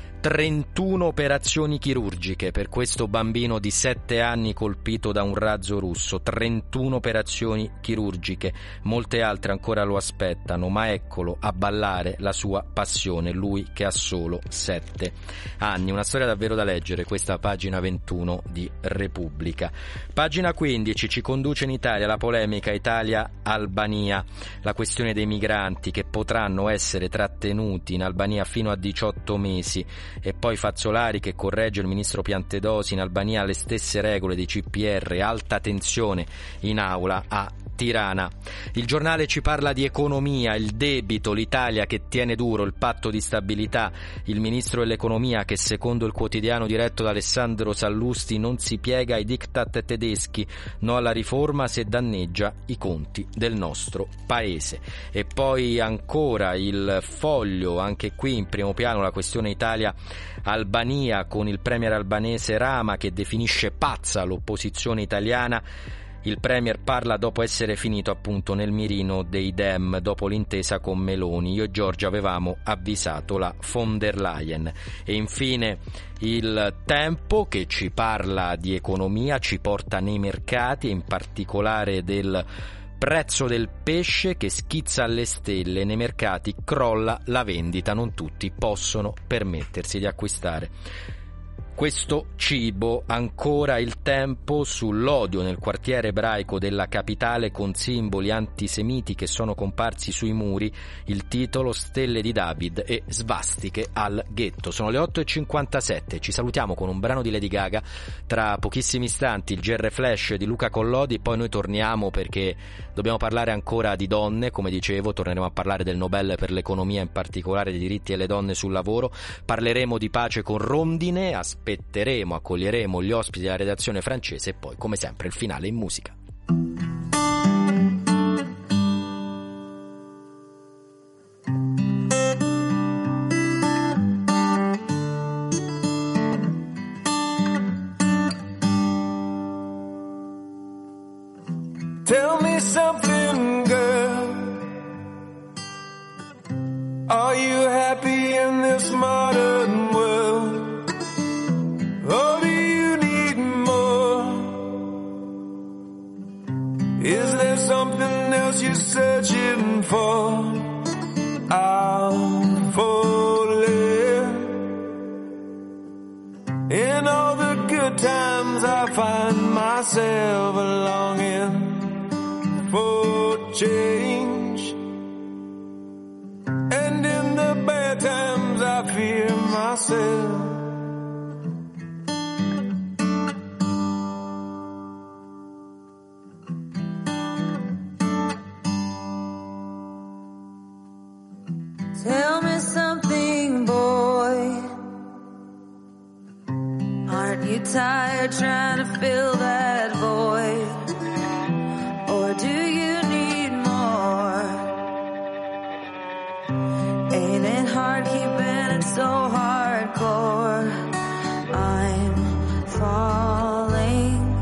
31 operazioni chirurgiche per questo bambino di 7 anni colpito da un razzo russo, 31 operazioni chirurgiche, molte altre ancora lo aspettano, ma eccolo a ballare la sua passione, lui che ha solo 7 anni. Una storia davvero da leggere, questa pagina 21 di Repubblica. Pagina 15 ci conduce in Italia la polemica Italia-Albania, la questione dei migranti che potranno essere trattenuti in Albania fino a 18 mesi. E poi Fazzolari che corregge il ministro Piantedosi: in Albania le stesse regole dei CPR, alta tensione in aula a Tirana. Il Giornale ci parla di economia, il debito, l'Italia che tiene duro, il patto di stabilità, il ministro dell'economia che secondo il quotidiano diretto da Alessandro Sallusti non si piega ai diktat tedeschi, no alla riforma se danneggia i conti del nostro paese. E poi ancora il Foglio, anche qui in primo piano la questione Italia-Albania con il premier albanese Rama che definisce pazza l'opposizione italiana Il Premier parla dopo essere finito appunto nel mirino dei Dem dopo l'intesa con Meloni. Io e Giorgia avevamo avvisato la von der Leyen. E infine il Tempo, che ci parla di economia, ci porta nei mercati e in particolare del prezzo del pesce che schizza alle stelle. Nei mercati crolla la vendita, non tutti possono permettersi di acquistare questo cibo. Ancora il Tempo sull'odio nel quartiere ebraico della capitale con simboli antisemiti che sono comparsi sui muri. Il titolo: Stelle di David e svastiche al ghetto. Sono le 8:57, ci salutiamo con un brano di Lady Gaga, tra pochissimi istanti il GR Flash di Luca Collodi, poi noi torniamo perché dobbiamo parlare ancora di donne, come dicevo, torneremo a parlare del Nobel per l'economia, in particolare dei diritti delle donne sul lavoro, parleremo di pace con Rondine, accoglieremo gli ospiti della redazione francese e poi, come sempre, il finale in musica. Tell me something, girl. Are you happy in this modern world? Or do you need more? Is there something else you're searching for? I'm falling. In all the good times I find myself longing for change. And in the bad times I fear myself. Tell me something, boy. Aren't you tired trying to fill that void? Or do you need more? Ain't it hard keeping it so hardcore? I'm falling.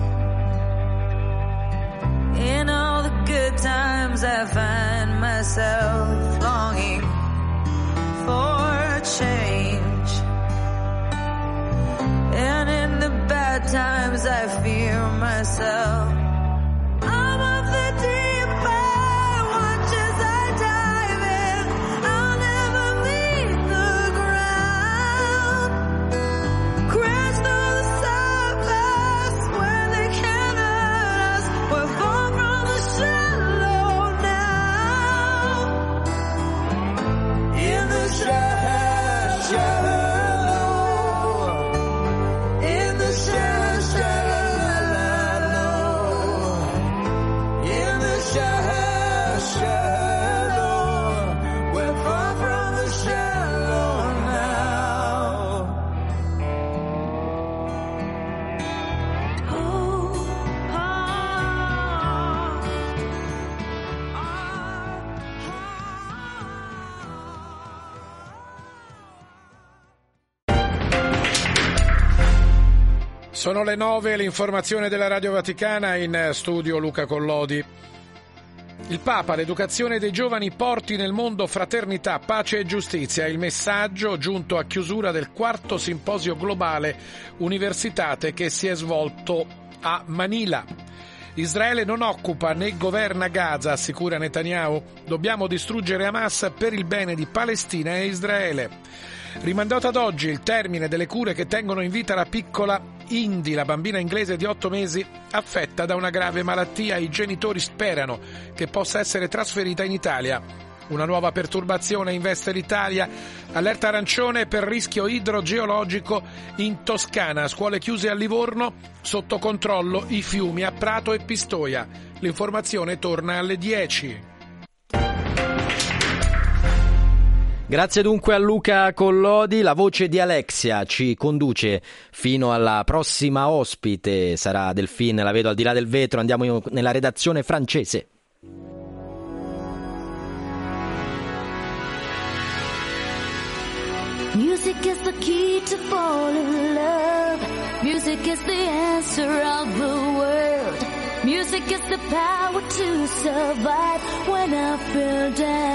In all the good times I find myself longing for change, and in the bad times I fear myself. I'm of the deep end, watch as I dive in. I'll never meet the ground. Crash through the surface where they can't hurt us. We're far from the shallow now. In the shallow, in the shallow, in the shallow, we're far from the shallow now. Sono le 9, l'informazione della Radio Vaticana, in studio Luca Collodi. Il Papa, l'educazione dei giovani porti nel mondo fraternità, pace e giustizia, il messaggio giunto a chiusura del 4° simposio globale Universitate che si è svolto a Manila. Israele non occupa né governa Gaza, assicura Netanyahu. Dobbiamo distruggere Hamas per il bene di Palestina e Israele. Rimandato ad oggi il termine delle cure che tengono in vita la piccola Indy, la bambina inglese di 8 mesi affetta da una grave malattia. I genitori sperano che possa essere trasferita in Italia. Una nuova perturbazione investe l'Italia. Allerta arancione per rischio idrogeologico in Toscana. Scuole chiuse a Livorno, sotto controllo i fiumi a Prato e Pistoia. L'informazione torna alle 10. Grazie dunque a Luca Collodi. La voce di Alexia ci conduce fino alla prossima ospite, sarà Delphine, la vedo al di là del vetro. Andiamo nella redazione francese. Music is the key to fall in love. Music is the answer of the world. Music is the power to survive when I feel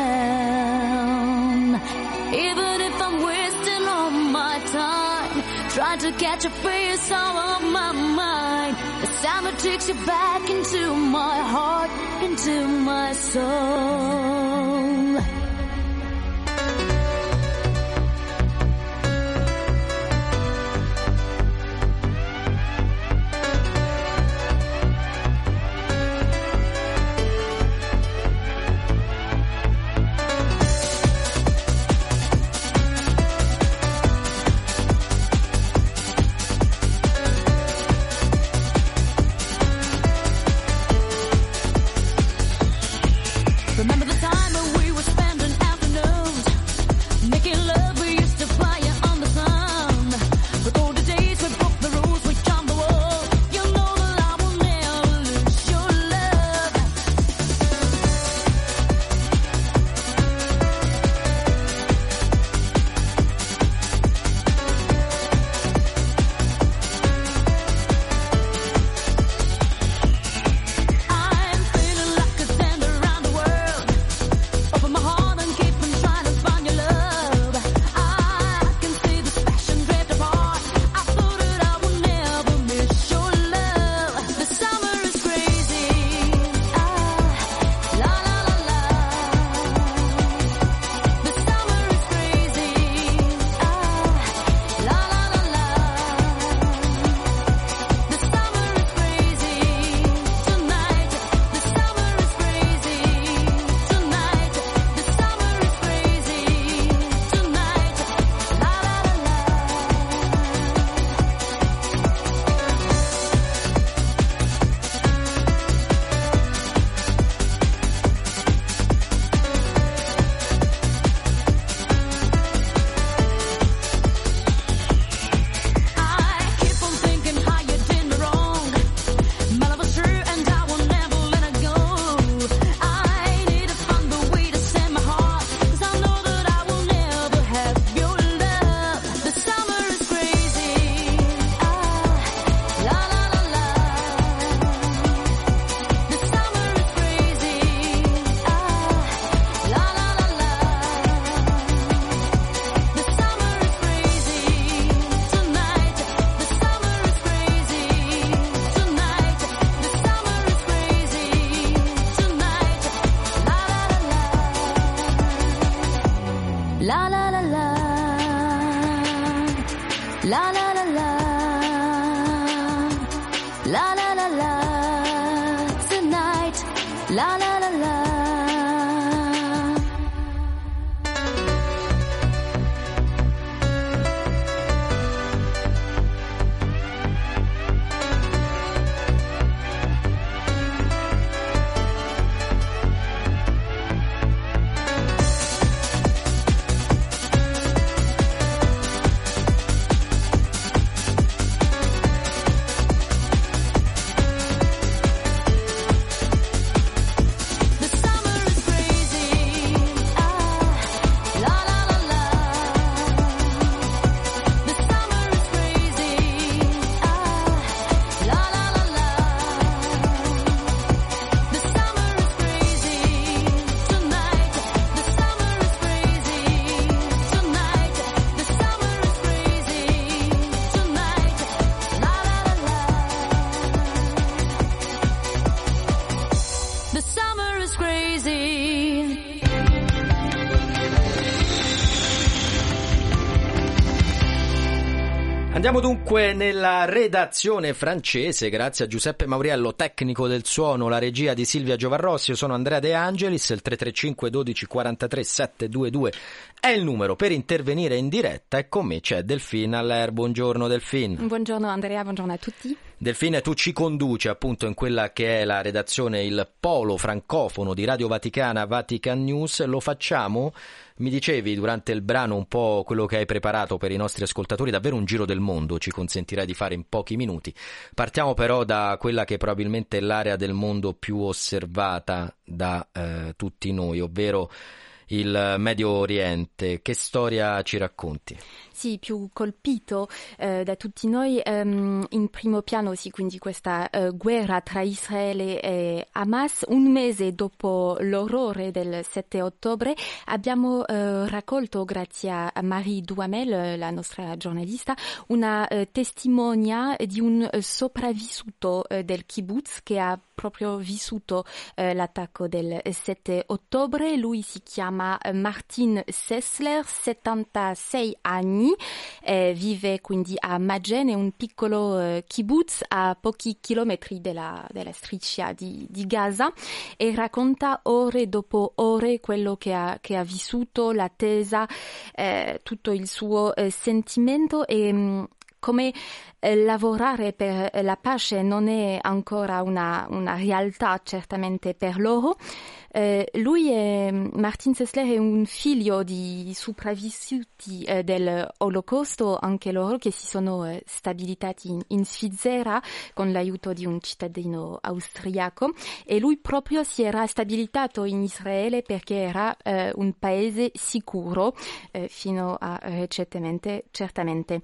down. Even if I'm wasting all my time, trying to catch a face out of my mind. The summer takes you back into my heart, into my soul. Remember the time when we were spending afternoons making love, we used to fly on the sun. Recall the days we broke the rules, we jumped the wall. You know that I will never lose your love. I'm feeling like a sender around the world. Open my heart and keep on trying to find your love. I can see this passion drift apart. I thought that I would never miss your love. The summer is crazy. La la la la. The summer is crazy. La la la la. The summer is crazy tonight. The summer is crazy tonight. The summer is crazy tonight. La la la la. I keep on thinking how you did me wrong. My love was true and I will never let it go. I need to find a way to set my heart, 'cause I know that I will never have your love. The summer is crazy. La la la la. The summer is crazy. La la la la. The summer is crazy tonight. The summer is crazy tonight. The summer is crazy tonight. La la la la. La la la la. La la la la. Tonight. La la la la. The summer is crazy. La la la la. The summer is crazy. La la la la. The summer is crazy tonight. The summer is crazy tonight. The summer is crazy tonight. La la la la. The summer is crazy. Andiamo dunque nella redazione francese, grazie a Giuseppe Mauriello, tecnico del suono, la regia di Silvia Giovarrossi. Io sono Andrea De Angelis, il 335 12 43 722 è il numero per intervenire in diretta e con me c'è Delphine Allaire. Buongiorno Delphine. Buongiorno Andrea, buongiorno a tutti. Delphine, tu ci conduci appunto in quella che è la redazione, il polo francofono di Radio Vaticana, Vatican News. Lo facciamo, mi dicevi durante il brano, un po' quello che hai preparato per i nostri ascoltatori, davvero un giro del mondo, ci consentirai di fare in pochi minuti. Partiamo però da quella che probabilmente è l'area del mondo più osservata da tutti noi, ovvero il Medio Oriente. Che storia ci racconti? Sì, più colpito da tutti noi in primo piano, sì, quindi questa guerra tra Israele e Hamas. Un mese dopo l'orrore del 7 ottobre abbiamo raccolto, grazie a Marie Duhamel, la nostra giornalista, una testimonia di un sopravvissuto del kibbutz che ha proprio vissuto l'attacco del 7 ottobre. Lui si chiama Martin Sessler, 76 anni, vive quindi a Magen, è un piccolo kibbutz a pochi chilometri della striscia di Gaza, e racconta ore dopo ore quello che ha vissuto, l'attesa, tutto il suo sentimento, e come lavorare per la pace non è ancora una realtà certamente per loro. Martin Sessler è un figlio di sopravvissuti dell'Olocausto, anche loro, che si sono stabilizzati in Svizzera con l'aiuto di un cittadino austriaco, e lui proprio si era stabilizzato in Israele perché era un paese sicuro fino a recentemente, certamente.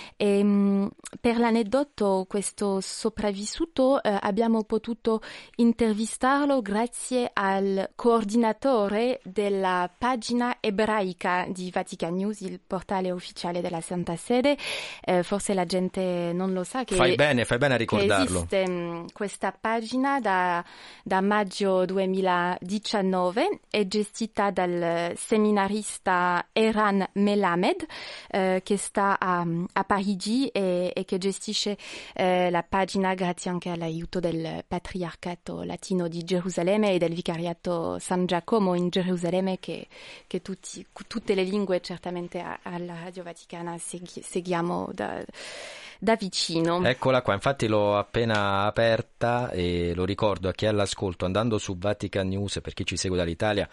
Per l'aneddoto, questo sopravvissuto abbiamo potuto intervistarlo grazie al coordinatore della pagina ebraica di Vatican News, il portale ufficiale della Santa Sede. Forse la gente non lo sa che fai bene a ricordarlo. Che esiste questa pagina da maggio 2019, è gestita dal seminarista Eran Melamed, che sta a Parigi e che gestisce la pagina grazie anche all'aiuto del Patriarcato Latino di Gerusalemme e del Vicariato San Giacomo in Gerusalemme, che tutte le lingue certamente alla Radio Vaticana seguiamo da vicino. Eccola qua, infatti l'ho appena aperta e lo ricordo a chi è all'ascolto, andando su Vatican News, per chi ci segue dall'Italia,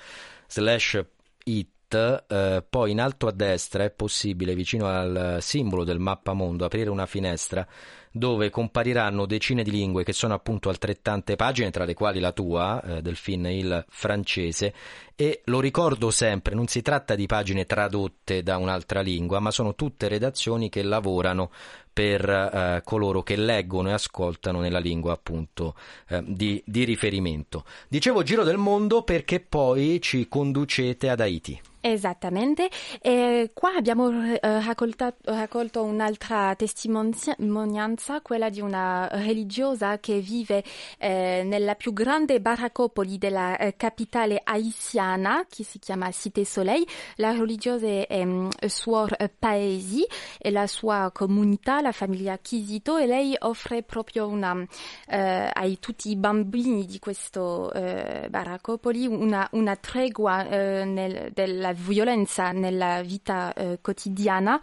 /it, poi in alto a destra è possibile, vicino al simbolo del mappamondo, aprire una finestra dove compariranno decine di lingue, che sono appunto altrettante pagine, tra le quali la tua, Delphine, il francese. E lo ricordo sempre, non si tratta di pagine tradotte da un'altra lingua, ma sono tutte redazioni che lavorano per coloro che leggono e ascoltano nella lingua appunto di riferimento. Dicevo giro del mondo perché poi ci conducete ad Haiti. Esattamente, e qua abbiamo raccolto un'altra testimonianza, quella di una religiosa che vive nella più grande baraccopoli della capitale haitiana, che si chiama Cité Soleil. La religiosa è Suor Paesi e la sua comunità, la famiglia Chisito, e lei offre proprio ai tutti i bambini di questo baraccopoli una tregua della violenza nella vita quotidiana.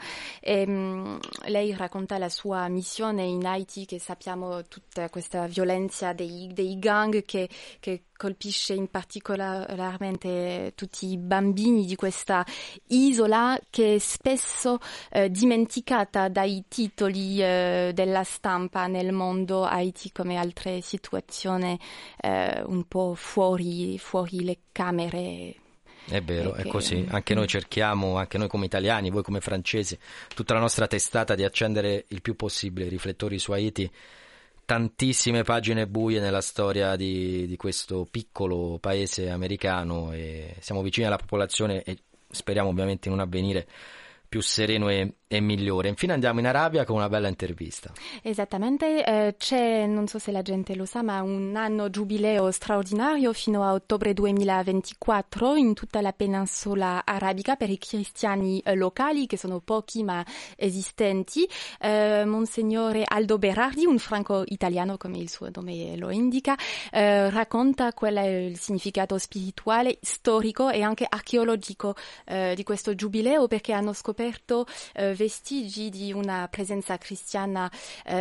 Lei racconta la sua missione in Haiti, che sappiamo tutta questa violenza dei gang che colpisce in particolarmente tutti i bambini di questa isola, che è spesso dimenticata dai titoli della stampa nel mondo. Haiti, come altre situazioni un po' fuori le camere. È vero, è così. Anche noi cerchiamo, anche noi come italiani, voi come francesi, tutta la nostra testata, di accendere il più possibile i riflettori su Haiti. Tantissime pagine buie nella storia di questo piccolo paese americano, e siamo vicini alla popolazione e speriamo ovviamente in un avvenire più sereno e migliore. Infine andiamo in Arabia con una bella intervista. Esattamente, c'è, non so se la gente lo sa, ma un anno giubileo straordinario fino a ottobre 2024 in tutta la penisola arabica per i cristiani locali, che sono pochi ma esistenti. Monsignore Aldo Berardi, un franco-italiano come il suo nome lo indica, racconta qual è il significato spirituale, storico e anche archeologico di questo giubileo, perché hanno scoperto scoperto vestigi di una presenza cristiana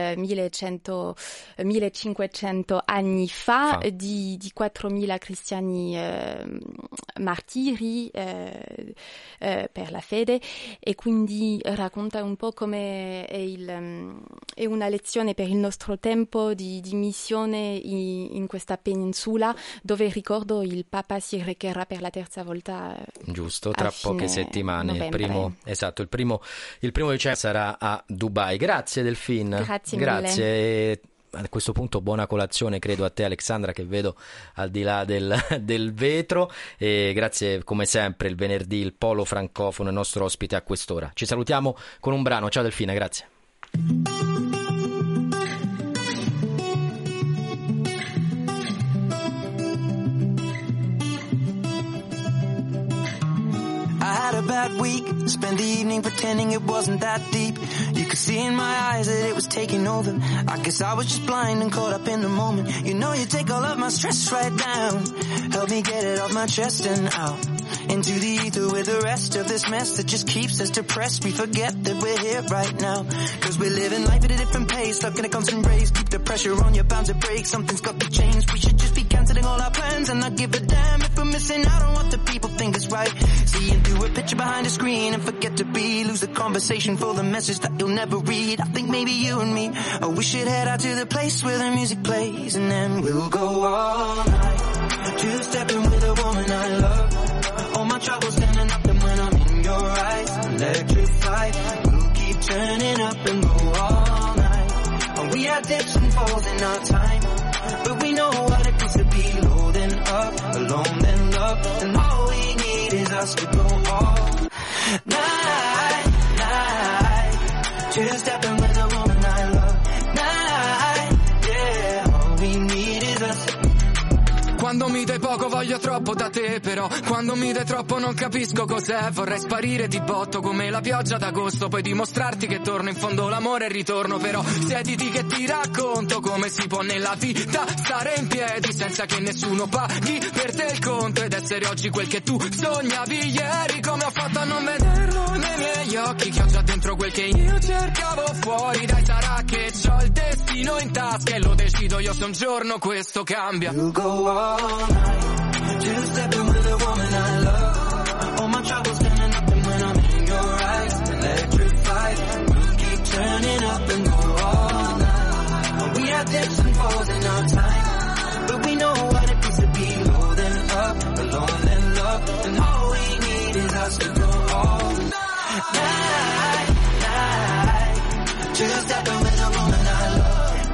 1500 anni fa. Di 4.000 cristiani martiri per la fede, e quindi racconta un po' come è una lezione per il nostro tempo di missione in questa penisola, dove ricordo il Papa si recherà per la terza volta. Giusto, tra poche settimane. Il primo dicembre sarà a Dubai. Grazie Delphine. Grazie. A questo punto buona colazione, credo, a te Alexandra, che vedo al di là del vetro, e grazie come sempre il venerdì il polo francofono, il nostro ospite a quest'ora. Ci salutiamo con un brano. Ciao Delphine, grazie. I had a bad week, spent the evening pretending it wasn't that deep. You could see in my eyes that it was taking over. I guess I was just blind and caught up in the moment. You know you take all of my stress right down. Help me get it off my chest and out into the ether with the rest of this mess that just keeps us depressed. We forget that we're here right now, cause we're living life at a different pace, stuck in a constant race. Keep the pressure on, you're bound to break. Something's got to change. We should just be cancelling all our plans and not give a damn if we're missing out on what the people think is right. Seeing through a picture behind a screen and forget to be, lose the conversation for the message that you'll never read. I think maybe you and me, oh, we should head out to the place where the music plays, and then we'll go all night, two-stepping with a woman I love. All my troubles standing up, and when I'm in your eyes, electrified. We'll keep turning up and go all night. And we had dips and falls in our time, but we know what it is to be low then up, alone then love, and all we need is us to go all night, two-stepping with a woman I love. Night, yeah, all we need is us. Quando mi dai poco voglio troppo da te, però quando mi dai troppo non capisco cos'è. Vorrei sparire di botto come la pioggia d'agosto, poi dimostrarti che torno in fondo l'amore e ritorno. Però siediti che ti racconto come si può nella vita stare in piedi senza che nessuno paghi per te il conto, ed essere oggi quel che tu sognavi ieri. Come ho fatto a non vederlo nei miei occhi, che ho già dentro quel che io cercavo fuori. Dai, sarà che c'ho il destino in tasca e lo decido io se un giorno questo cambia. We'll go all night, two-stepping with a woman I love. All my troubles standing up, and when I'm in your eyes, electrified. We'll keep turning up and go all night. We had dips and falls in our time, but we know what it is to be low then up, alone then love, and all we need is us to go all night, two-stepping with a woman I love.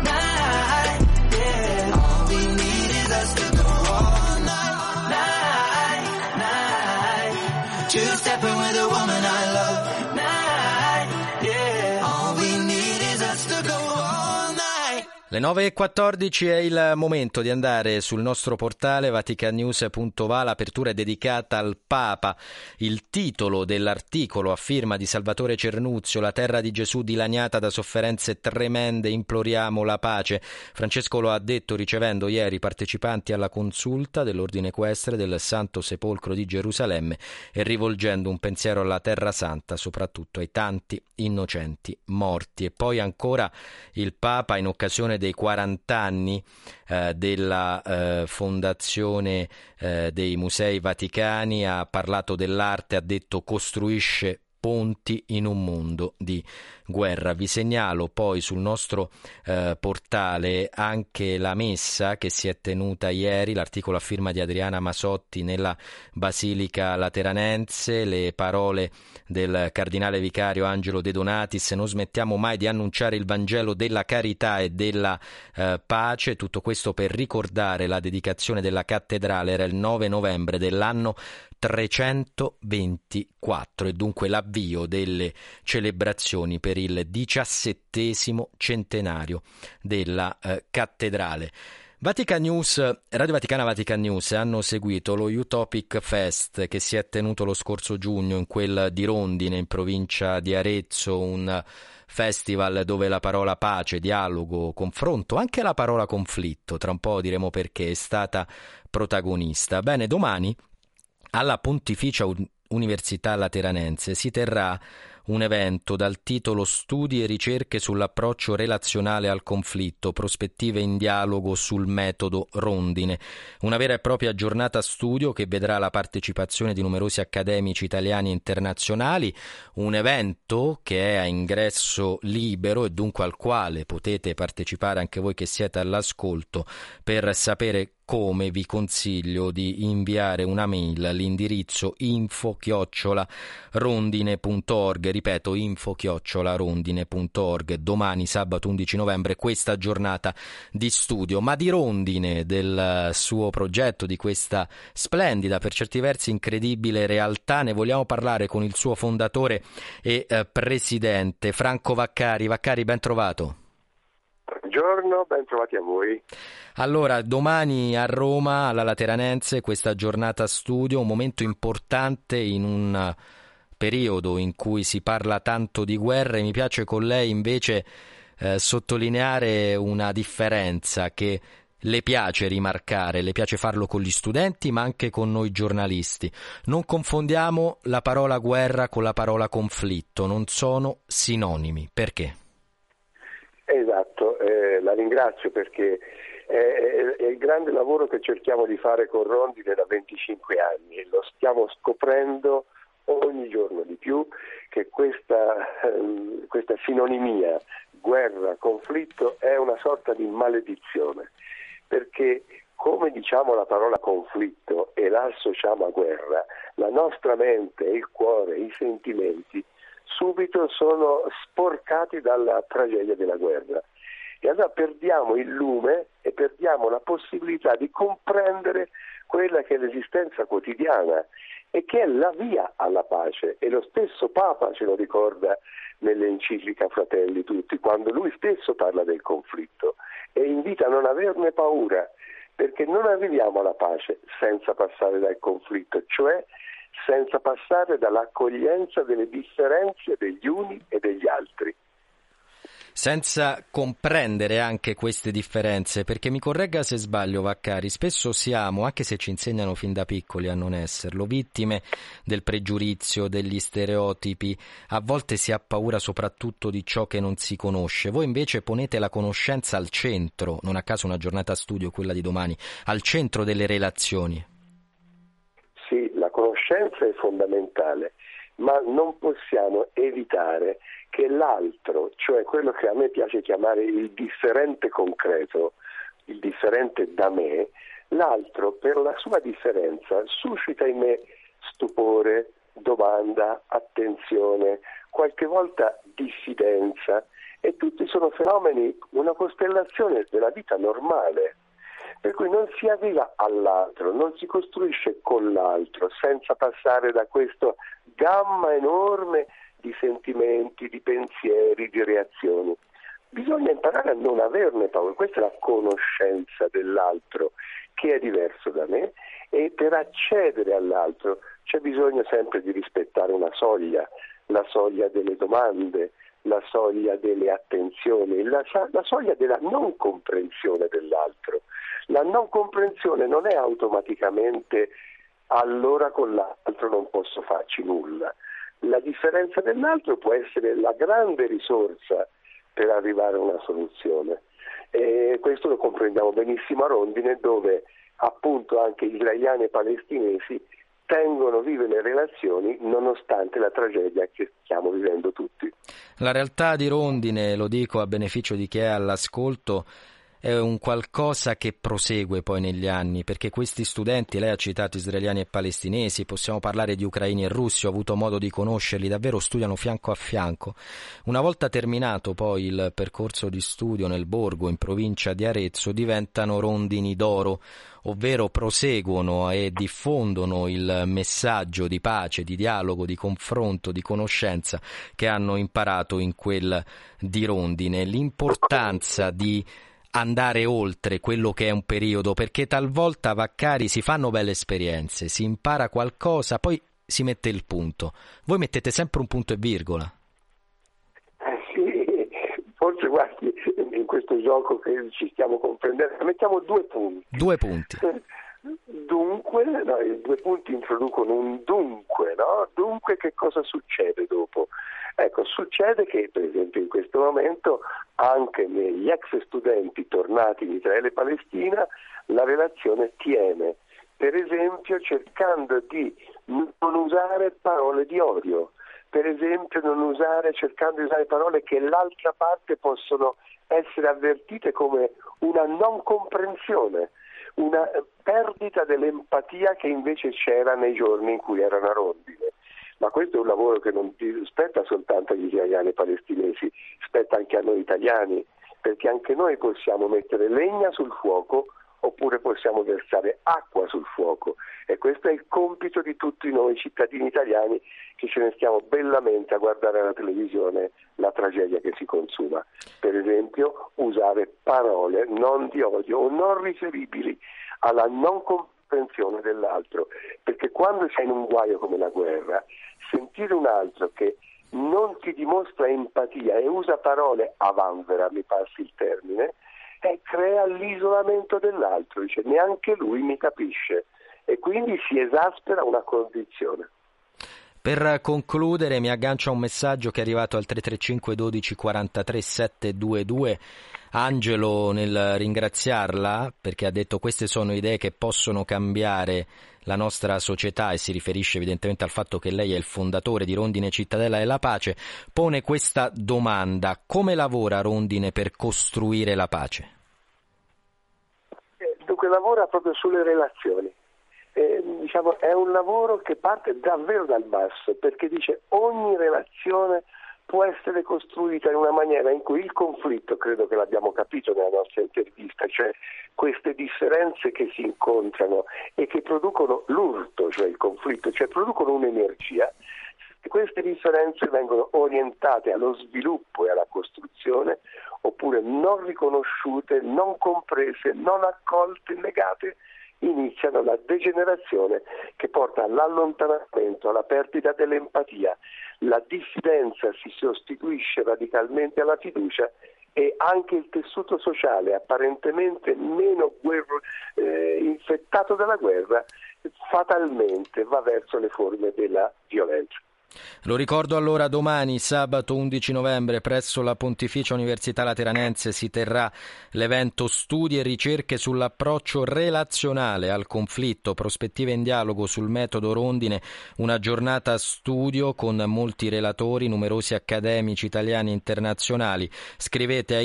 Two-stepping with a woman I love. Night, yeah, all we need is us to go all night. Le 9:14 è il momento di andare sul nostro portale vaticannews.va. L'apertura è dedicata al Papa. Il titolo dell'articolo a firma di Salvatore Cernuzio: la terra di Gesù dilaniata da sofferenze tremende, imploriamo la pace. Francesco lo ha detto ricevendo ieri i partecipanti alla consulta dell'Ordine Equestre del Santo Sepolcro di Gerusalemme e rivolgendo un pensiero alla Terra Santa, soprattutto ai tanti innocenti morti. E poi ancora il Papa, in occasione dei 40 anni della fondazione dei Musei Vaticani, ha parlato dell'arte, ha detto costruisce ponti in un mondo di guerra. Vi segnalo poi sul nostro portale anche la messa che si è tenuta ieri, l'articolo a firma di Adriana Masotti nella Basilica Lateranense, le parole del cardinale vicario Angelo De Donatis: non smettiamo mai di annunciare il Vangelo della carità e della pace. Tutto questo per ricordare la dedicazione della cattedrale, era il 9 novembre dell'anno 324 e dunque l'avvio delle celebrazioni per il 17° centenario della cattedrale. Vatican News, Radio Vaticana, Vatican News hanno seguito lo Utopic Fest che si è tenuto lo scorso giugno in quel di Rondine, in provincia di Arezzo, un festival dove la parola pace, dialogo, confronto, anche la parola conflitto, tra un po' diremo perché, è stata protagonista. Bene, domani alla Pontificia Università Lateranense si terrà un evento dal titolo Studi e ricerche sull'approccio relazionale al conflitto, prospettive in dialogo sul metodo Rondine. Una vera e propria giornata studio che vedrà la partecipazione di numerosi accademici italiani e internazionali, un evento che è a ingresso libero e dunque al quale potete partecipare anche voi che siete all'ascolto. Per sapere come vi consiglio di inviare una mail all'indirizzo info@rondine.org, ripeto info@rondine.org. Domani sabato 11 novembre questa giornata di studio, ma di Rondine, del suo progetto, di questa splendida, per certi versi incredibile realtà, ne vogliamo parlare con il suo fondatore e presidente Franco Vaccari. Vaccari, ben trovato. Buongiorno, ben trovati a voi. Allora, domani a Roma, alla Lateranense, questa giornata studio, un momento importante in un periodo in cui si parla tanto di guerra, e mi piace con lei invece sottolineare una differenza che le piace rimarcare, le piace farlo con gli studenti ma anche con noi giornalisti. Non confondiamo la parola guerra con la parola conflitto, non sono sinonimi. Perché? Esatto, la ringrazio perché è il grande lavoro che cerchiamo di fare con Rondine da 25 anni e lo stiamo scoprendo ogni giorno di più che questa sinonimia guerra-conflitto è una sorta di maledizione, perché come diciamo la parola conflitto e la associamo a guerra, la nostra mente, il cuore, i sentimenti subito sono sporcati dalla tragedia della guerra e allora perdiamo il lume e perdiamo la possibilità di comprendere quella che è l'esistenza quotidiana e che è la via alla pace, e lo stesso Papa ce lo ricorda nell'enciclica Fratelli Tutti, quando lui stesso parla del conflitto e invita a non averne paura, perché non arriviamo alla pace senza passare dal conflitto, cioè senza passare dall'accoglienza delle differenze degli uni e degli altri. Senza comprendere anche queste differenze, perché mi corregga se sbaglio Vaccari, spesso siamo, anche se ci insegnano fin da piccoli a non esserlo, vittime del pregiudizio, degli stereotipi, a volte si ha paura soprattutto di ciò che non si conosce. Voi invece ponete la conoscenza al centro, non a caso una giornata studio, quella di domani, al centro delle relazioni. Sì, la conoscenza è fondamentale, ma non possiamo evitare che l'altro, cioè quello che a me piace chiamare il differente concreto, il differente da me, l'altro per la sua differenza suscita in me stupore, domanda, attenzione, qualche volta diffidenza, e tutti sono fenomeni, una costellazione della vita normale. Per cui non si arriva all'altro, non si costruisce con l'altro, senza passare da questa gamma enorme di sentimenti, di pensieri, di reazioni. Bisogna imparare a non averne paura, questa è la conoscenza dell'altro che è diverso da me, e per accedere all'altro c'è bisogno sempre di rispettare una soglia, la soglia delle domande, la soglia delle attenzioni, la soglia della non comprensione dell'altro. La non comprensione non è automaticamente allora con l'altro non posso farci nulla. La differenza dell'altro può essere la grande risorsa per arrivare a una soluzione, e questo lo comprendiamo benissimo a Rondine, dove appunto anche israeliani e palestinesi tengono vive le relazioni nonostante la tragedia che stiamo vivendo tutti. La realtà di Rondine, lo dico a beneficio di chi è all'ascolto, è un qualcosa che prosegue poi negli anni, perché questi studenti, lei ha citato israeliani e palestinesi, possiamo parlare di ucraini e russi, ho avuto modo di conoscerli, davvero studiano fianco a fianco. Una volta terminato poi il percorso di studio nel borgo in provincia di Arezzo, diventano rondini d'oro, ovvero proseguono e diffondono il messaggio di pace, di dialogo, di confronto, di conoscenza che hanno imparato in quel di Rondine. L'importanza di andare oltre quello che è un periodo, perché talvolta, Vaccari, si fanno belle esperienze, si impara qualcosa, poi si mette il punto. Voi mettete sempre un punto e virgola. Sì, forse guardi, in questo gioco che ci stiamo comprendendo, mettiamo 2 punti. 2 punti. Dunque, no, i 2 punti introducono un dunque, no? Dunque che cosa succede dopo? Ecco, succede che per esempio in questo momento anche negli ex studenti tornati in Israele e Palestina la relazione tiene, per esempio cercando di non usare parole di odio, per esempio cercando di usare parole che l'altra parte possono essere avvertite come una non comprensione, una perdita dell'empatia che invece c'era nei giorni in cui erano a Rondine. Ma questo è un lavoro che non spetta soltanto agli israeliani e palestinesi, spetta anche a noi italiani, perché anche noi possiamo mettere legna sul fuoco oppure possiamo versare acqua sul fuoco, e questo è il compito di tutti noi cittadini italiani che ce ne stiamo bellamente a guardare alla televisione la tragedia che si consuma. Per esempio usare parole non di odio o non riferibili alla non comprensione dell'altro, perché quando sei in un guaio come la guerra, sentire un altro che non ti dimostra empatia e usa parole a vanvera, mi passi il termine, crea l'isolamento dell'altro, dice neanche lui mi capisce, e quindi si esaspera una condizione. Per concludere mi aggancio a un messaggio che è arrivato al 335 12 43 722. Angelo, nel ringraziarla perché ha detto queste sono idee che possono cambiare la nostra società, e si riferisce evidentemente al fatto che lei è il fondatore di Rondine Cittadella della Pace, pone questa domanda: come lavora Rondine per costruire la pace? Dunque lavora proprio sulle relazioni. È un lavoro che parte davvero dal basso, perché dice ogni relazione può essere costruita in una maniera in cui il conflitto, credo che l'abbiamo capito nella nostra intervista, cioè queste differenze che si incontrano e che producono l'urto, cioè il conflitto, cioè producono un'energia, queste differenze vengono orientate allo sviluppo e alla costruzione, oppure non riconosciute, non comprese, non accolte, negate, iniziano la degenerazione che porta all'allontanamento, alla perdita dell'empatia. La diffidenza si sostituisce radicalmente alla fiducia, e anche il tessuto sociale apparentemente meno infettato dalla guerra fatalmente va verso le forme della violenza. Lo ricordo allora, domani sabato 11 novembre presso la Pontificia Università Lateranense si terrà l'evento Studi e ricerche sull'approccio relazionale al conflitto, prospettive in dialogo sul metodo Rondine, una giornata studio con molti relatori, numerosi accademici italiani e internazionali. Scrivete a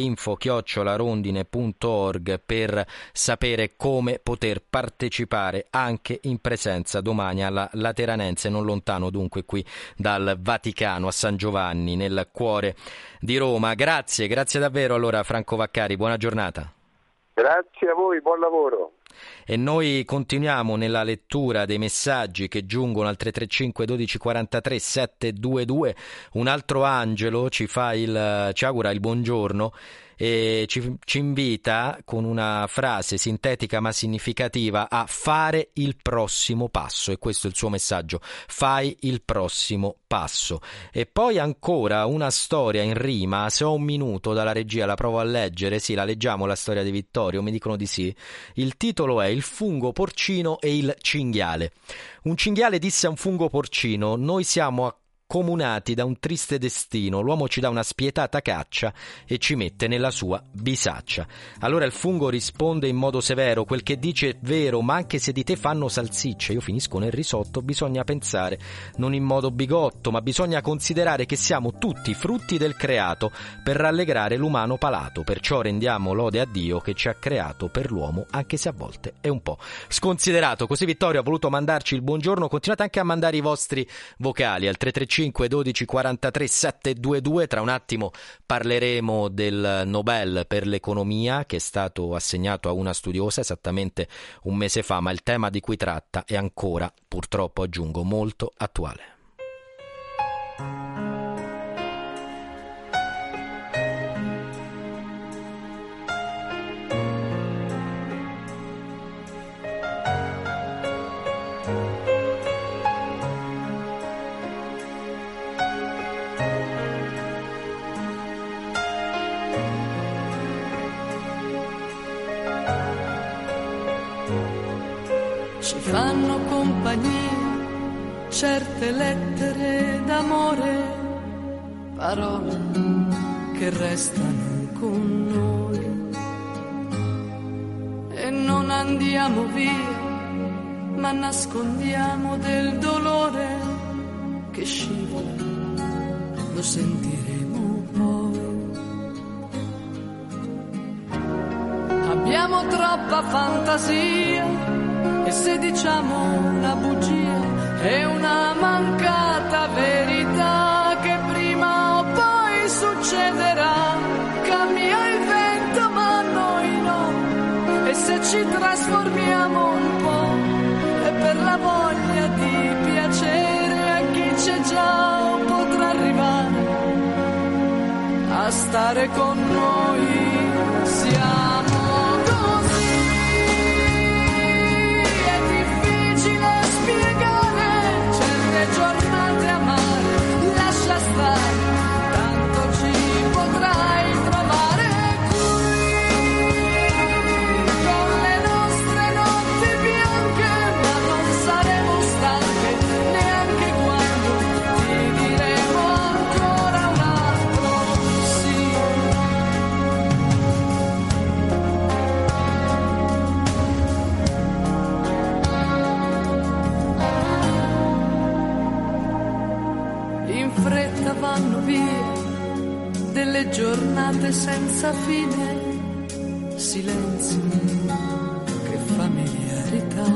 info@rondine.org per sapere come poter partecipare anche in presenza domani alla Lateranense, non lontano dunque qui dal Vaticano, a San Giovanni, nel cuore di Roma. Grazie davvero allora Franco Vaccari, buona giornata. Grazie a voi, buon lavoro. E noi continuiamo nella lettura dei messaggi che giungono al 335 12 43 722. Un altro Angelo ci augura il buongiorno e ci invita con una frase sintetica ma significativa a fare il prossimo passo, e questo è il suo messaggio: fai il prossimo passo. E poi ancora una storia in rima, se ho un minuto dalla regia la provo a leggere. Sì, la leggiamo la storia di Vittorio, mi dicono di sì. Il titolo è Il fungo porcino e il cinghiale. Un cinghiale disse a un fungo porcino: noi siamo accomunati da un triste destino, l'uomo ci dà una spietata caccia e ci mette nella sua bisaccia. Allora il fungo risponde in modo severo: quel che dice è vero, ma anche se di te fanno salsicce, io finisco nel risotto. Bisogna pensare non in modo bigotto, ma bisogna considerare che siamo tutti frutti del creato per rallegrare l'umano palato, perciò rendiamo lode a Dio che ci ha creato per l'uomo, anche se a volte è un po' sconsiderato. Così Vittorio ha voluto mandarci il buongiorno. Continuate anche a mandare i vostri vocali al 335 12 43 722. Tra un attimo parleremo del Nobel per l'economia che è stato assegnato a una studiosa esattamente un mese fa, ma il tema di cui tratta è ancora, purtroppo aggiungo, molto attuale. ci fanno compagnia certe lettere d'amore, parole che restano con noi. E non andiamo via, ma nascondiamo del dolore che scivola, lo sentiremo poi. Abbiamo troppa fantasia e se diciamo una bugia è una mancata verità che prima o poi succederà. Cambia il vento ma noi no, e se ci trasformiamo un po' è per la voglia di piacere a chi c'è già o potrà arrivare a stare con noi. Siamo così, è difficile spiegare certe giornate amare, lascia stare, tanto ci potrai trovare qui, con le nostre notti bianche, ma non saremo stanche neanche quando ti diremo ancora un altro sì. In fretta vanno via delle giornate senza fine, silenzi, che familiarità,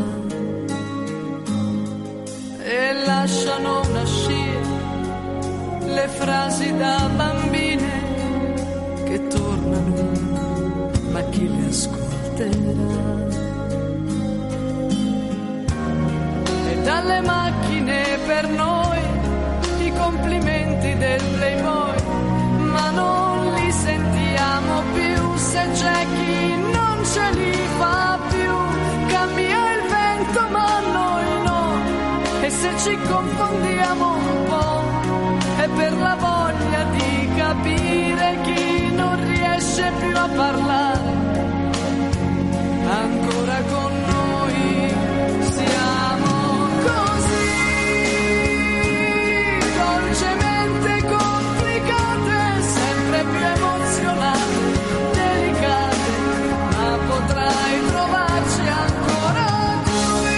e lasciano una scia le frasi da bambine che tornano, ma chi le ascolterà? E dalle macchine per noi i complimenti del Playboy, ma non li sentiamo più se c'è chi non ce li fa più. Cambia il vento ma noi no, e se ci confondiamo un po' è per la voglia di capire chi non riesce più a parlare ancora con noi. Siamo così dolcemente complicate, sempre più emozionate, delicate, ma potrai trovarci ancora qui,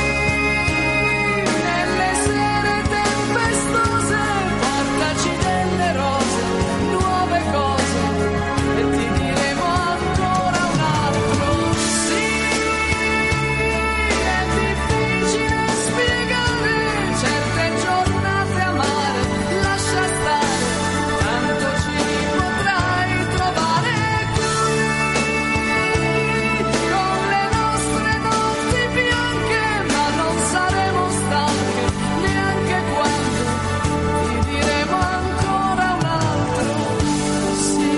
nelle sere tempestose, portaci delle rose, nuove cose, e ti diremo ancora un altro sì. È difficile spiegare certe giornate amare, lascia stare, tanto ci potrai trovare qui, con le nostre notti bianche, ma non saremo stanche neanche quando ti diremo ancora un altro sì.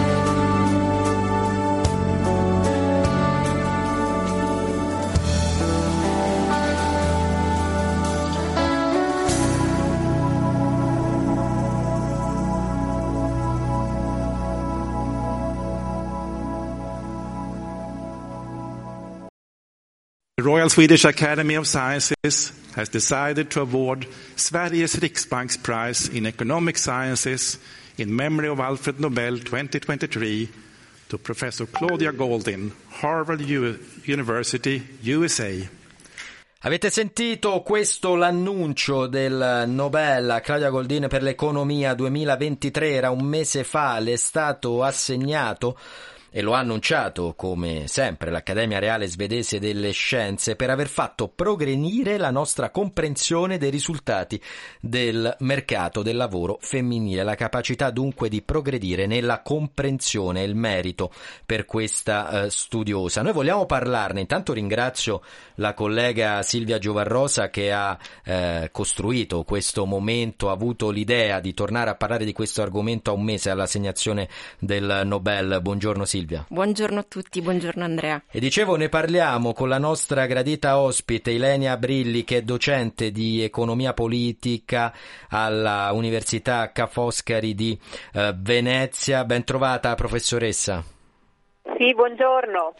The Royal Swedish Academy of Sciences has decided to award Sveriges Riksbanks Prize in Economic Sciences in memory of Alfred Nobel 2023 to Professor Claudia Goldin, Harvard University, USA. Avete sentito questo l'annuncio del Nobel a Claudia Goldin per l'economia 2023, era un mese fa, le è stato assegnato e lo ha annunciato come sempre l'Accademia Reale Svedese delle Scienze per aver fatto progredire la nostra comprensione dei risultati del mercato del lavoro femminile, la capacità dunque di progredire nella comprensione e il merito per questa studiosa. Noi vogliamo parlarne, intanto ringrazio la collega Silvia Giovarrosa che ha costruito questo momento, ha avuto l'idea di tornare a parlare di questo argomento a un mese all'assegnazione del Nobel. Buongiorno Silvia. Buongiorno a tutti, buongiorno Andrea. E dicevo, ne parliamo con la nostra gradita ospite Ilenia Brilli, che è docente di economia politica alla Università Ca' Foscari di Venezia. Ben trovata professoressa. Sì, buongiorno.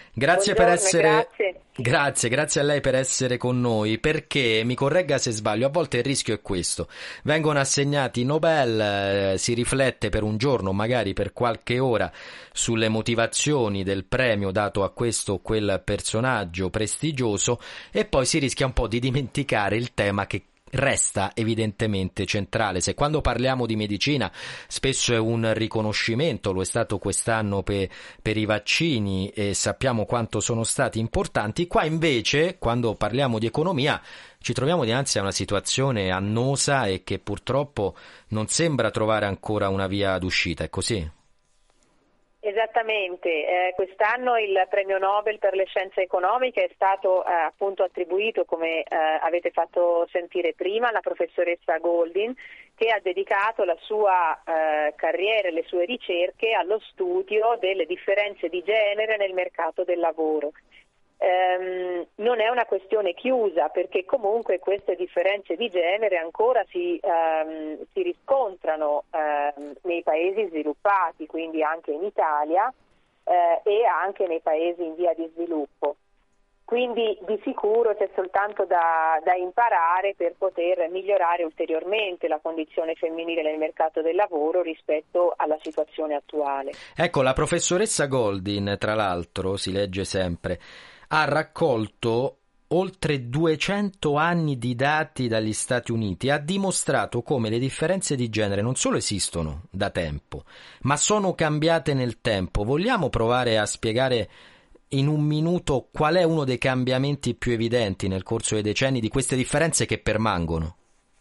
Grazie Buongiorno, per essere grazie. Grazie a lei per essere con noi, perché mi corregga se sbaglio, a volte il rischio è questo: vengono assegnati Nobel, si riflette per un giorno, magari per qualche ora, sulle motivazioni del premio dato a questo o quel personaggio prestigioso, e poi si rischia un po' di dimenticare il tema che resta evidentemente centrale. Se quando parliamo di medicina spesso è un riconoscimento, lo è stato quest'anno per i vaccini e sappiamo quanto sono stati importanti, qua invece quando parliamo di economia ci troviamo dinanzi a una situazione annosa e che purtroppo non sembra trovare ancora una via d'uscita, è così? Esattamente, quest'anno il premio Nobel per le scienze economiche è stato appunto attribuito, come avete fatto sentire prima, alla professoressa Goldin, che ha dedicato la sua carriera e le sue ricerche allo studio delle differenze di genere nel mercato del lavoro. Non è una questione chiusa, perché comunque queste differenze di genere ancora si riscontrano nei paesi sviluppati, quindi anche in Italia e anche nei paesi in via di sviluppo. Quindi di sicuro c'è soltanto da imparare per poter migliorare ulteriormente la condizione femminile nel mercato del lavoro rispetto alla situazione attuale. Ecco, la professoressa Goldin, tra l'altro, si legge sempre, ha raccolto oltre 200 anni di dati dagli Stati Uniti e ha dimostrato come le differenze di genere non solo esistono da tempo, ma sono cambiate nel tempo. Vogliamo provare a spiegare in un minuto qual è uno dei cambiamenti più evidenti nel corso dei decenni di queste differenze che permangono?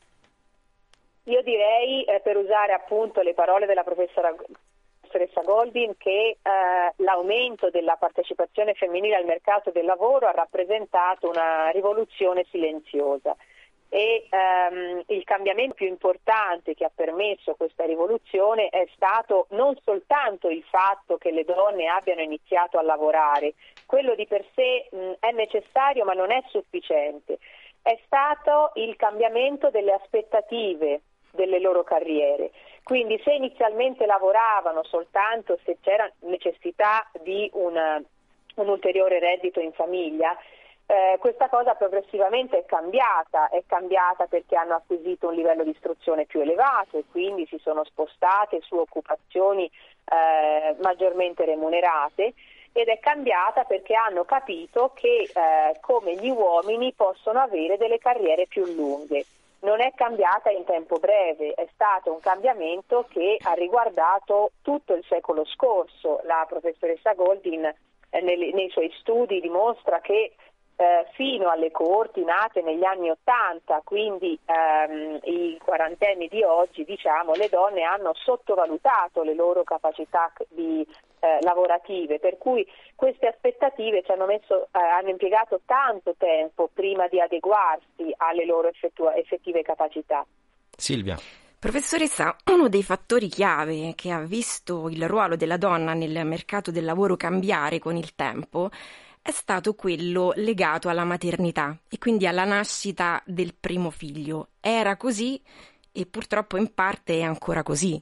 Io direi, per usare appunto le parole della professoressa Goldin, che l'aumento della partecipazione femminile al mercato del lavoro ha rappresentato una rivoluzione silenziosa e il cambiamento più importante che ha permesso questa rivoluzione è stato non soltanto il fatto che le donne abbiano iniziato a lavorare, quello di per sé è necessario ma non è sufficiente, è stato il cambiamento delle aspettative delle loro carriere. Quindi se inizialmente lavoravano soltanto se c'era necessità di un ulteriore reddito in famiglia, questa cosa progressivamente è cambiata perché hanno acquisito un livello di istruzione più elevato e quindi si sono spostate su occupazioni maggiormente remunerate, ed è cambiata perché hanno capito che come gli uomini possono avere delle carriere più lunghe. Non è cambiata in tempo breve, è stato un cambiamento che ha riguardato tutto il secolo scorso. La professoressa Goldin nei suoi studi dimostra che fino alle coorti nate negli anni '80, quindi i quarantenni di oggi, diciamo, le donne hanno sottovalutato le loro capacità lavorative, per cui queste aspettative ci hanno impiegato tanto tempo prima di adeguarsi alle loro effettive capacità. Silvia. Professoressa, uno dei fattori chiave che ha visto il ruolo della donna nel mercato del lavoro cambiare con il tempo è stato quello legato alla maternità e quindi alla nascita del primo figlio. Era così e purtroppo in parte è ancora così.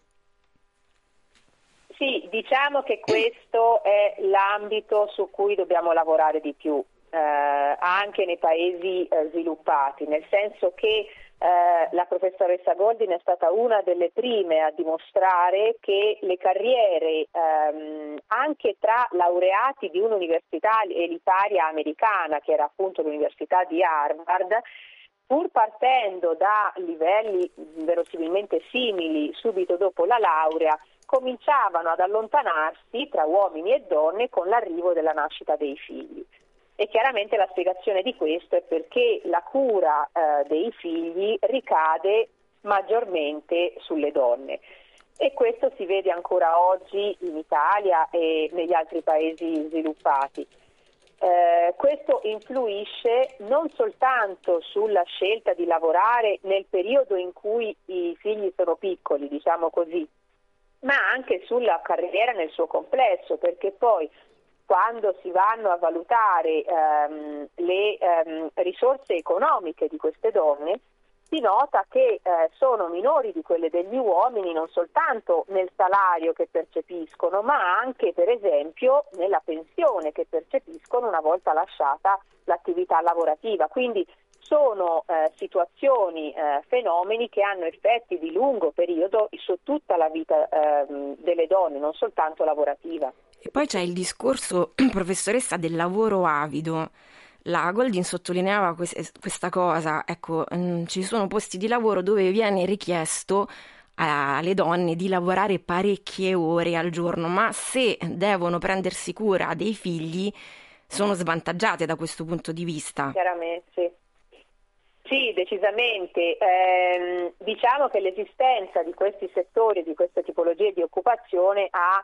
Sì, diciamo che questo è l'ambito su cui dobbiamo lavorare di più, anche nei paesi sviluppati, nel senso che la professoressa Goldin è stata una delle prime a dimostrare che le carriere anche tra laureati di un'università elitaria americana, che era appunto l'Università di Harvard, pur partendo da livelli verosimilmente simili subito dopo la laurea, cominciavano ad allontanarsi tra uomini e donne con l'arrivo della nascita dei figli. E chiaramente la spiegazione di questo è perché la cura dei figli ricade maggiormente sulle donne. E questo si vede ancora oggi in Italia e negli altri paesi sviluppati. Questo influisce non soltanto sulla scelta di lavorare nel periodo in cui i figli sono piccoli, diciamo così, ma anche sulla carriera nel suo complesso, perché poi quando si vanno a valutare le risorse economiche di queste donne, si nota che sono minori di quelle degli uomini non soltanto nel salario che percepiscono, ma anche per esempio nella pensione che percepiscono una volta lasciata l'attività lavorativa. Quindi sono situazioni, fenomeni che hanno effetti di lungo periodo su tutta la vita delle donne, non soltanto lavorativa. E poi c'è il discorso, professoressa, del lavoro avido. La Goldin sottolineava questa cosa, ecco, ci sono posti di lavoro dove viene richiesto alle donne di lavorare parecchie ore al giorno, ma se devono prendersi cura dei figli sono svantaggiate da questo punto di vista. Chiaramente, sì. Sì, decisamente. Diciamo che l'esistenza di questi settori, di queste tipologie di occupazione ha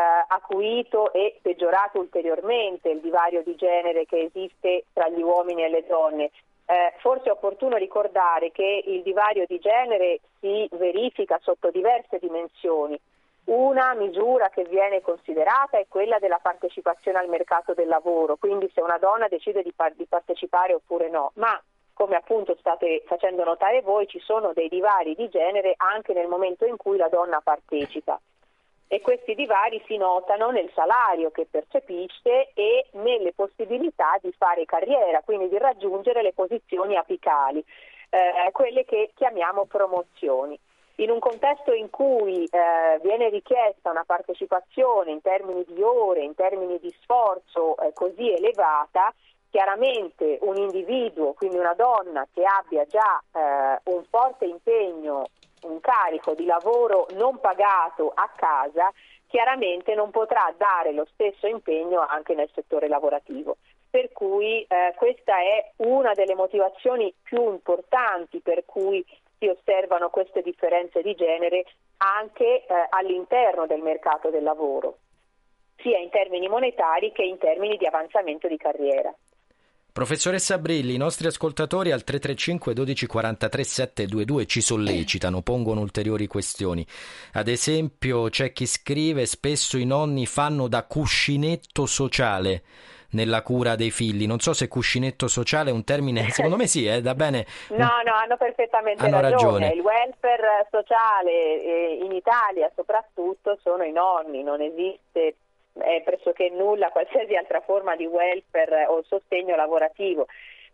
acuito e peggiorato ulteriormente il divario di genere che esiste tra gli uomini e le donne. Forse è opportuno ricordare che il divario di genere si verifica sotto diverse dimensioni. Una misura che viene considerata è quella della partecipazione al mercato del lavoro, quindi se una donna decide di partecipare oppure no, ma come appunto state facendo notare voi, ci sono dei divari di genere anche nel momento in cui la donna partecipa. E questi divari si notano nel salario che percepisce e nelle possibilità di fare carriera, quindi di raggiungere le posizioni apicali, quelle che chiamiamo promozioni. In un contesto in cui viene richiesta una partecipazione in termini di ore, in termini di sforzo così elevata, chiaramente un individuo, quindi una donna che abbia già un forte impegno, un carico di lavoro non pagato a casa, chiaramente non potrà dare lo stesso impegno anche nel settore lavorativo. Per cui questa è una delle motivazioni più importanti per cui si osservano queste differenze di genere anche all'interno del mercato del lavoro, sia in termini monetari che in termini di avanzamento di carriera. Professoressa Brilli, i nostri ascoltatori al 335 12 43 722 ci sollecitano, pongono ulteriori questioni. Ad esempio c'è chi scrive: spesso i nonni fanno da cuscinetto sociale nella cura dei figli. Non so se cuscinetto sociale è un termine, secondo me sì, da bene. No, hanno perfettamente ragione. Il welfare sociale in Italia soprattutto sono i nonni, non esiste pressoché nulla, qualsiasi altra forma di welfare o sostegno lavorativo.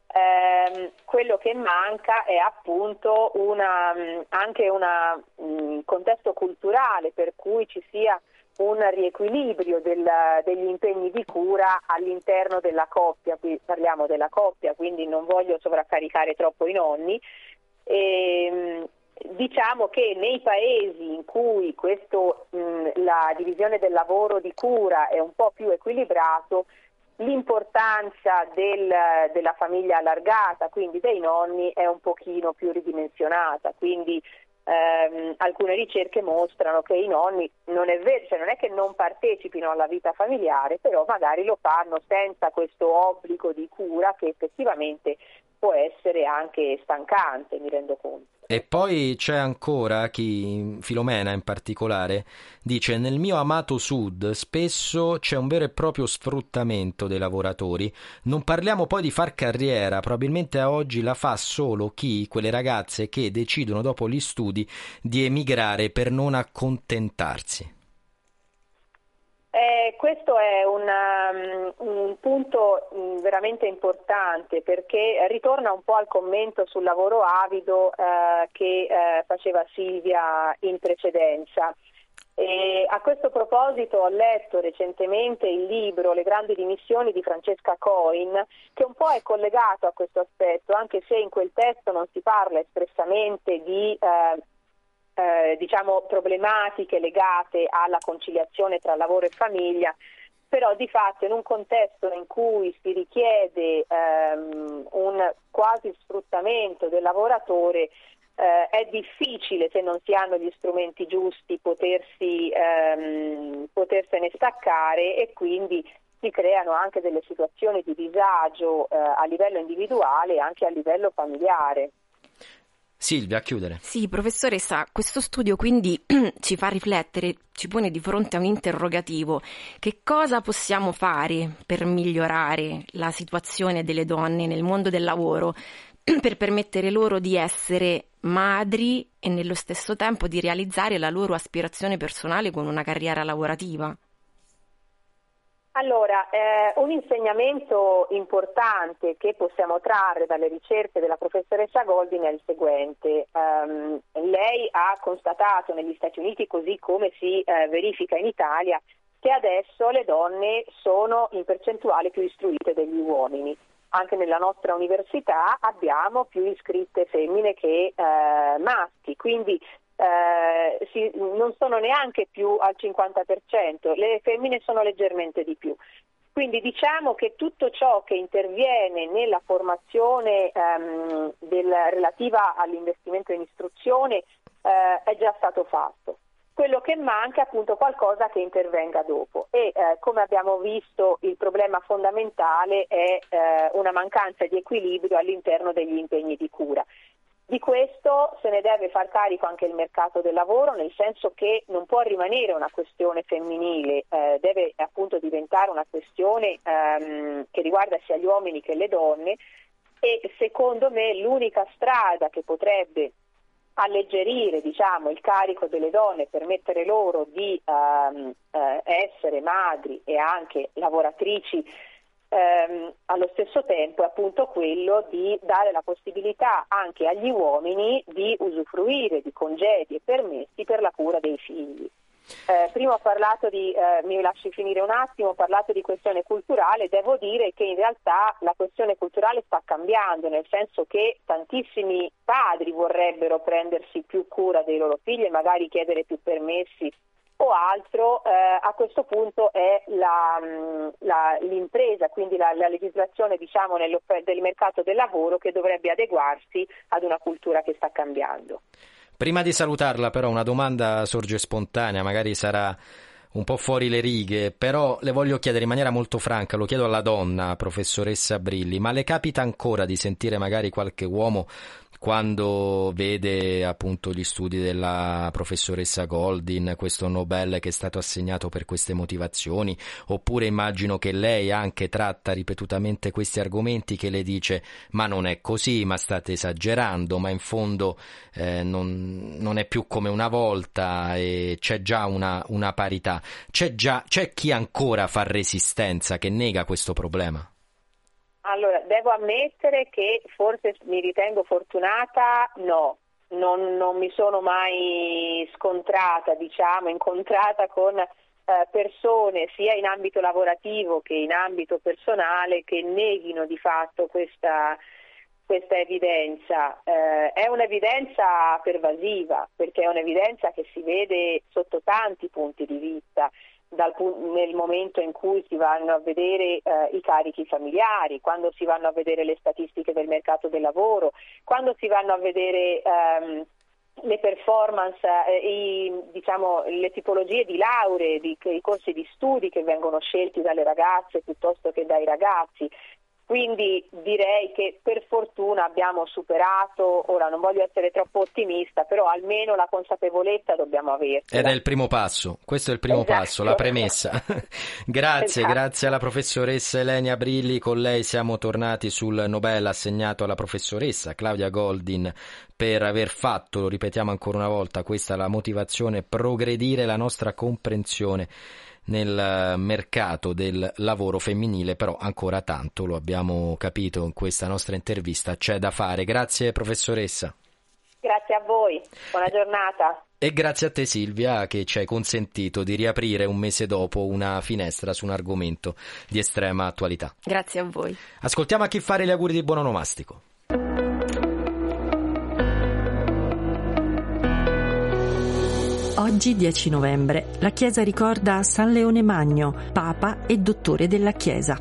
Quello che manca è appunto anche un contesto culturale per cui ci sia un riequilibrio degli impegni di cura all'interno della coppia. Qui parliamo della coppia, quindi non voglio sovraccaricare troppo i nonni. Diciamo che nei paesi in cui la divisione del lavoro di cura è un po' più equilibrato, l'importanza della famiglia allargata, quindi dei nonni, è un pochino più ridimensionata. Quindi alcune ricerche mostrano che i nonni non è vero, cioè non è che non partecipino alla vita familiare, però magari lo fanno senza questo obbligo di cura che effettivamente può essere anche stancante, mi rendo conto. E poi c'è ancora chi, Filomena in particolare, dice: nel mio amato sud spesso c'è un vero e proprio sfruttamento dei lavoratori. Non parliamo poi di far carriera, probabilmente a oggi la fa solo quelle ragazze che decidono dopo gli studi di emigrare per non accontentarsi. Questo è un punto veramente importante, perché ritorna un po' al commento sul lavoro avido che faceva Silvia in precedenza. E a questo proposito ho letto recentemente il libro Le grandi dimissioni di Francesca Coin, che un po' è collegato a questo aspetto, anche se in quel testo non si parla espressamente di problematiche legate alla conciliazione tra lavoro e famiglia, però di fatto in un contesto in cui si richiede un quasi sfruttamento del lavoratore, è difficile, se non si hanno gli strumenti giusti, potersene staccare, e quindi si creano anche delle situazioni di disagio a livello individuale e anche a livello familiare. Silvia, a chiudere. Sì, professoressa, questo studio quindi ci fa riflettere, ci pone di fronte a un interrogativo. Che cosa possiamo fare per migliorare la situazione delle donne nel mondo del lavoro, per permettere loro di essere madri e nello stesso tempo di realizzare la loro aspirazione personale con una carriera lavorativa? Allora, un insegnamento importante che possiamo trarre dalle ricerche della professoressa Goldin è il seguente. Lei ha constatato negli Stati Uniti, così come si verifica in Italia, che adesso le donne sono in percentuale più istruite degli uomini. Anche nella nostra università abbiamo più iscritte femmine che maschi, quindi non sono neanche più al 50%, le femmine sono leggermente di più. Quindi diciamo che tutto ciò che interviene nella formazione relativa all'investimento in istruzione è già stato fatto. Quello che manca è appunto qualcosa che intervenga dopo e come abbiamo visto il problema fondamentale è una mancanza di equilibrio all'interno degli impegni di cura. Di questo se ne deve far carico anche il mercato del lavoro, nel senso che non può rimanere una questione femminile, deve appunto diventare una questione che riguarda sia gli uomini che le donne e secondo me l'unica strada che potrebbe alleggerire il carico delle donne, permettere loro di essere madri e anche lavoratrici allo stesso tempo è appunto quello di dare la possibilità anche agli uomini di usufruire di congedi e permessi per la cura dei figli. Prima ho parlato mi lasci finire un attimo, ho parlato di questione culturale, devo dire che in realtà la questione culturale sta cambiando, nel senso che tantissimi padri vorrebbero prendersi più cura dei loro figli e magari chiedere più permessi o altro, a questo punto è l'impresa, quindi la legislazione del mercato del lavoro che dovrebbe adeguarsi ad una cultura che sta cambiando. Prima di salutarla però una domanda sorge spontanea, magari sarà un po' fuori le righe, però le voglio chiedere in maniera molto franca, lo chiedo alla donna, professoressa Brilli, ma le capita ancora di sentire magari qualche uomo quando vede appunto gli studi della professoressa Goldin, questo Nobel che è stato assegnato per queste motivazioni, oppure immagino che lei anche tratta ripetutamente questi argomenti, che le dice ma non è così, ma state esagerando, ma in fondo non è più come una volta e c'è già una parità, c'è chi ancora fa resistenza, che nega questo problema? Allora, devo ammettere che forse mi ritengo fortunata, no, non mi sono mai incontrata con persone sia in ambito lavorativo che in ambito personale che neghino di fatto questa evidenza. È un'evidenza pervasiva, perché è un'evidenza che si vede sotto tanti punti di vista. Nel momento in cui si vanno a vedere i carichi familiari, quando si vanno a vedere le statistiche del mercato del lavoro, quando si vanno a vedere le performance, le tipologie di lauree, i corsi di studi che vengono scelti dalle ragazze piuttosto che dai ragazzi. Quindi direi che per fortuna abbiamo superato, ora non voglio essere troppo ottimista, però almeno la consapevolezza dobbiamo averla. Ed è il primo passo, questo è il primo passo, la premessa. Grazie, grazie alla professoressa Elenia Brilli, con lei siamo tornati sul Nobel assegnato alla professoressa Claudia Goldin per aver fatto, lo ripetiamo ancora una volta, questa è la motivazione, progredire la nostra comprensione nel mercato del lavoro femminile, però ancora tanto, lo abbiamo capito in questa nostra intervista, c'è da fare. Grazie professoressa. Grazie a voi, buona giornata. E grazie a te Silvia che ci hai consentito di riaprire un mese dopo una finestra su un argomento di estrema attualità. Grazie a voi. Ascoltiamo a chi fare gli auguri di buon onomastico. Oggi, 10 novembre, la Chiesa ricorda San Leone Magno, Papa e Dottore della Chiesa.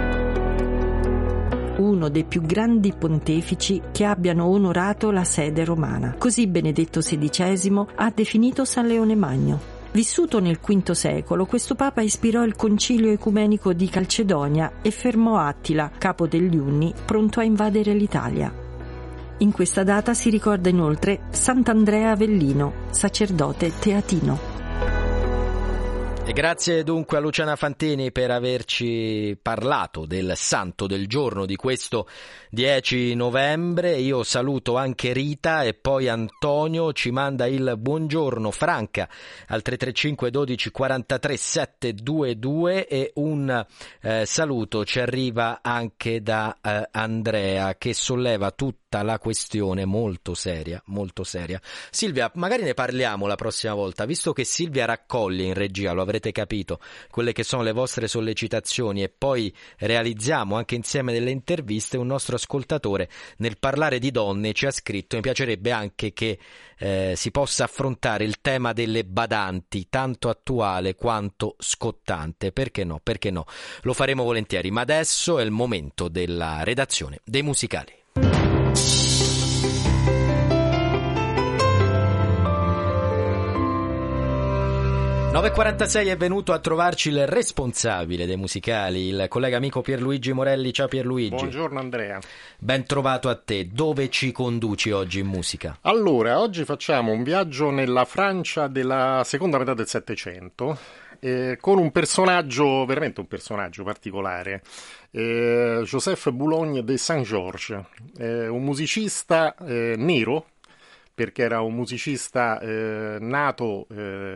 Uno dei più grandi pontefici che abbiano onorato la sede romana. Così Benedetto XVI ha definito San Leone Magno. Vissuto nel V secolo, questo Papa ispirò il Concilio Ecumenico di Calcedonia e fermò Attila, capo degli Unni, pronto a invadere l'Italia. In questa data si ricorda inoltre Sant'Andrea Avellino, sacerdote teatino. E grazie dunque a Luciana Fantini per averci parlato del santo del giorno di questo 10 novembre. Io saluto anche Rita e poi Antonio ci manda il buongiorno. Franca al 335 12 43 722 e un saluto ci arriva anche da Andrea che solleva tutta la questione molto seria, molto seria. Silvia, magari ne parliamo la prossima volta, visto che Silvia raccoglie in regia, lo avrete capito, quelle che sono le vostre sollecitazioni e poi realizziamo anche insieme delle interviste. Un nostro ascoltatore nel parlare di donne ci ha scritto: mi piacerebbe anche che si possa affrontare il tema delle badanti, tanto attuale quanto scottante. Perché no? Perché no? Lo faremo volentieri, ma adesso è il momento della redazione dei musicali. 9.46 è venuto a trovarci il responsabile dei musicali, il collega amico Pierluigi Morelli. Ciao Pierluigi. Buongiorno Andrea. Ben trovato a te. Dove ci conduci oggi in musica? Allora, oggi facciamo un viaggio nella Francia della seconda metà del Settecento, con un personaggio, veramente un personaggio particolare, Joseph Boulogne de Saint-Georges, un musicista nero, perché era un musicista nato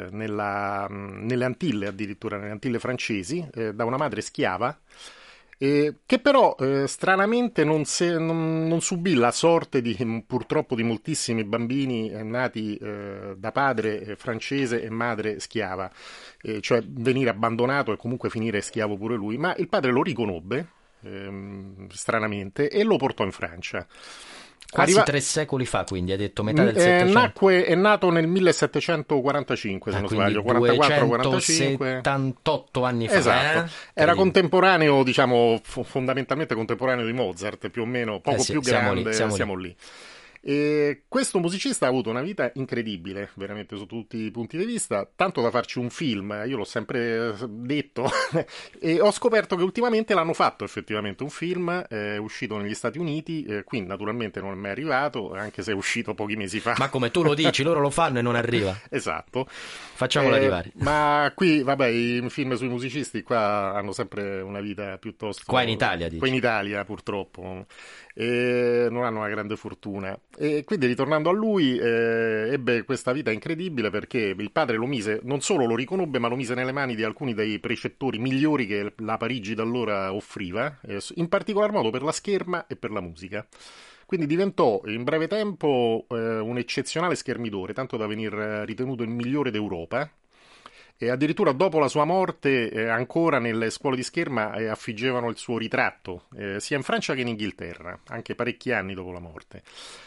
nelle Antille, addirittura nelle Antille francesi, da una madre schiava, che però stranamente non subì la sorte purtroppo di moltissimi bambini nati da padre francese e madre schiava, cioè venire abbandonato e comunque finire schiavo pure lui, ma il padre lo riconobbe stranamente e lo portò in Francia. Quasi 3 secoli fa, quindi hai detto metà del Settecento. È nato nel 1745, se non sbaglio, 44-45. 78 anni fa. Esatto. Era contemporaneo, diciamo, fondamentalmente contemporaneo di Mozart, più o meno, poco più grande, siamo lì. E questo musicista ha avuto una vita incredibile, veramente su tutti i punti di vista, tanto da farci un film. Io l'ho sempre detto e ho scoperto che ultimamente l'hanno fatto effettivamente un film, è uscito negli Stati Uniti, qui naturalmente non è mai arrivato, anche se è uscito pochi mesi fa. Ma come tu lo dici, loro lo fanno e non arriva. Esatto. Facciamolo arrivare. Ma qui, vabbè, i film sui musicisti qua hanno sempre una vita piuttosto... Qua in Italia, dici. Qua in Italia, purtroppo. Non hanno una grande fortuna. E quindi, ritornando a lui, ebbe questa vita incredibile perché il padre lo mise, non solo lo riconobbe, ma lo mise nelle mani di alcuni dei precettori migliori che la Parigi d'allora offriva, in particolar modo per la scherma e per la musica. Quindi diventò in breve tempo un eccezionale schermidore, tanto da venir ritenuto il migliore d'Europa. E addirittura dopo la sua morte ancora nelle scuole di scherma affiggevano il suo ritratto, sia in Francia che in Inghilterra, anche parecchi anni dopo la morte.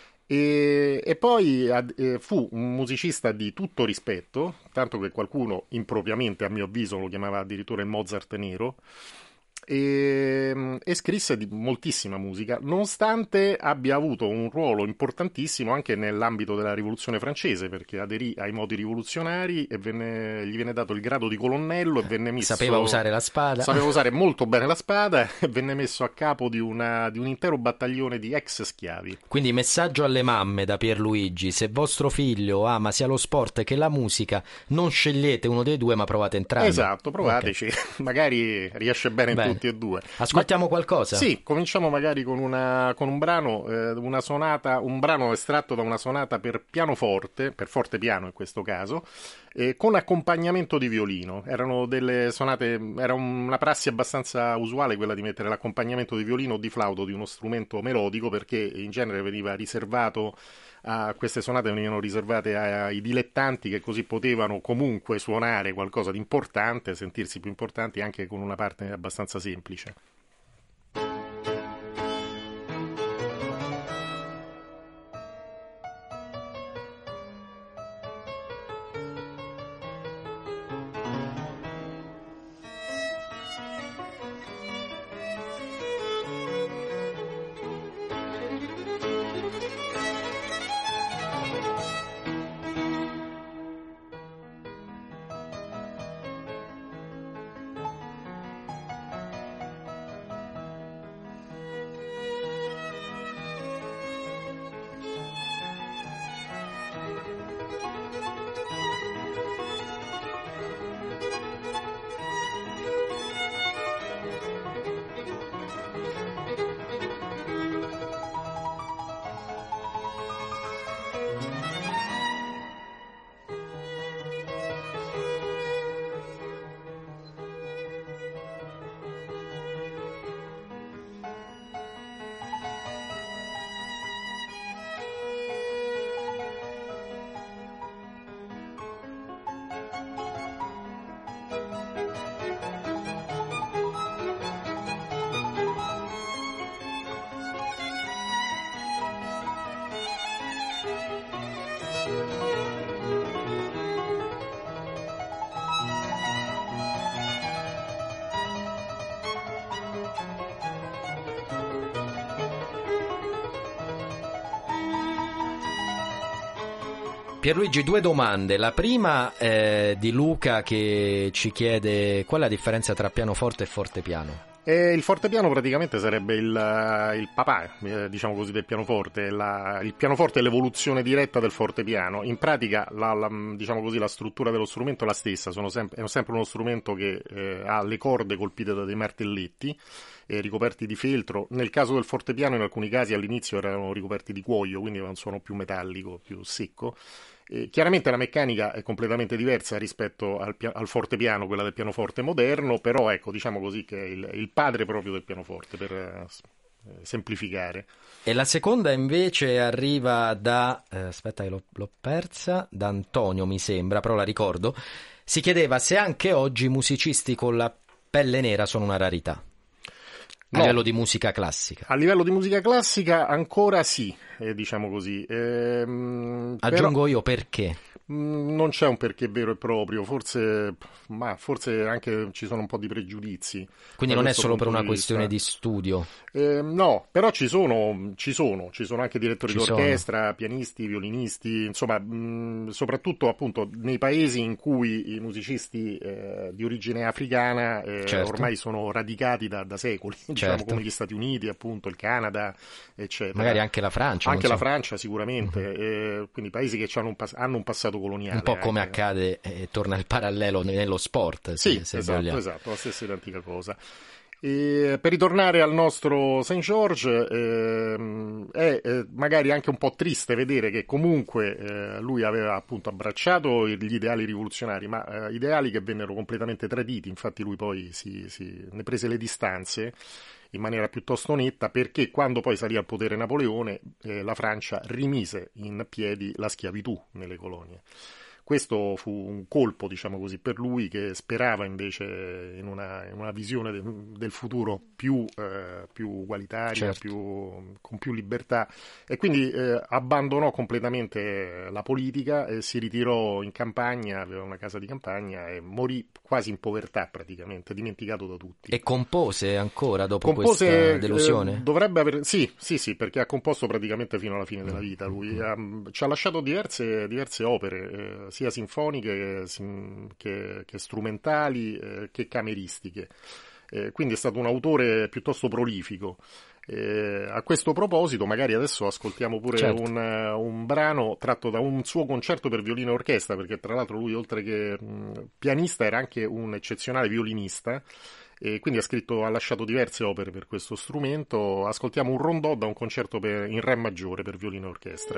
E poi fu un musicista di tutto rispetto, tanto che qualcuno impropriamente, a mio avviso, lo chiamava addirittura il Mozart nero, e scrisse moltissima musica, nonostante abbia avuto un ruolo importantissimo anche nell'ambito della rivoluzione francese, perché aderì ai modi rivoluzionari e gli viene dato il grado di colonnello e venne messo... Sapeva usare la spada. Sapeva usare molto bene la spada e venne messo a capo di un intero battaglione di ex schiavi. Quindi messaggio alle mamme da Pierluigi: se vostro figlio ama sia lo sport che la musica, non scegliete uno dei due ma provate entrambi. Esatto, provateci, okay. Magari riesce bene tutti e due. Ascoltiamo qualcosa? Sì, cominciamo magari con un brano, una sonata, un brano estratto da una sonata per pianoforte, per forte piano in questo caso, con accompagnamento di violino. Erano delle sonate, era una prassi abbastanza usuale quella di mettere l'accompagnamento di violino o di flauto, di uno strumento melodico, perché in genere veniva riservato queste sonate venivano riservate ai dilettanti, che così potevano comunque suonare qualcosa di importante, sentirsi più importanti anche con una parte abbastanza semplice. Pierluigi, due domande. La prima è di Luca che ci chiede qual è la differenza tra pianoforte e fortepiano. Il fortepiano praticamente sarebbe il papà, diciamo così, del pianoforte. Il pianoforte è l'evoluzione diretta del fortepiano. In pratica, diciamo così, la struttura dello strumento è la stessa. È sempre uno strumento che ha le corde colpite da dei martelletti ricoperti di feltro. Nel caso del fortepiano, in alcuni casi all'inizio erano ricoperti di cuoio, quindi aveva un suono più metallico, più secco. Chiaramente la meccanica è completamente diversa rispetto al fortepiano, quella del pianoforte moderno, però ecco, diciamo così, che è il padre proprio del pianoforte, per semplificare. E la seconda invece arriva da, aspetta che l'ho persa, da Antonio mi sembra, però la ricordo. Si chiedeva se anche oggi i musicisti con la pelle nera sono una rarità. A livello di musica classica. A livello di musica classica ancora sì, diciamo così. Aggiungo io perché. Non c'è un perché vero e proprio, forse anche ci sono un po' di pregiudizi. Quindi non è solo per una questione di studio? No, però ci sono anche direttori d'orchestra, pianisti, violinisti, insomma, soprattutto appunto nei paesi in cui i musicisti di origine africana ormai sono radicati da secoli, diciamo, come gli Stati Uniti, appunto, il Canada, eccetera. Magari anche la Francia. Anche la Francia sicuramente, quindi paesi che hanno un passato coloniale. Un po' come accade, torna il parallelo nello sport. Sì, esatto, la stessa identica cosa. E per ritornare al nostro St. George, è magari anche un po' triste vedere che comunque lui aveva appunto abbracciato gli ideali rivoluzionari, ma ideali che vennero completamente traditi. Infatti lui poi ne prese le distanze in maniera piuttosto netta, perché quando poi salì al potere Napoleone, la Francia rimise in piedi la schiavitù nelle colonie. Questo fu un colpo, diciamo così, per lui, che sperava invece in una visione del futuro più ugualitaria, con più libertà, e quindi abbandonò completamente la politica e si ritirò in campagna, aveva una casa di campagna e morì quasi in povertà praticamente, dimenticato da tutti. E compose ancora dopo questa delusione? Dovrebbe aver... Sì, perché ha composto praticamente fino alla fine della vita. Lui ci ha lasciato diverse opere, sia sinfoniche che strumentali, che cameristiche. Quindi è stato un autore piuttosto prolifico. A questo proposito, magari adesso ascoltiamo pure un brano tratto da un suo concerto per violino e orchestra, perché tra l'altro lui, oltre che pianista, era anche un eccezionale violinista, e quindi ha lasciato diverse opere per questo strumento. Ascoltiamo un rondò da un concerto in re maggiore per violino e orchestra.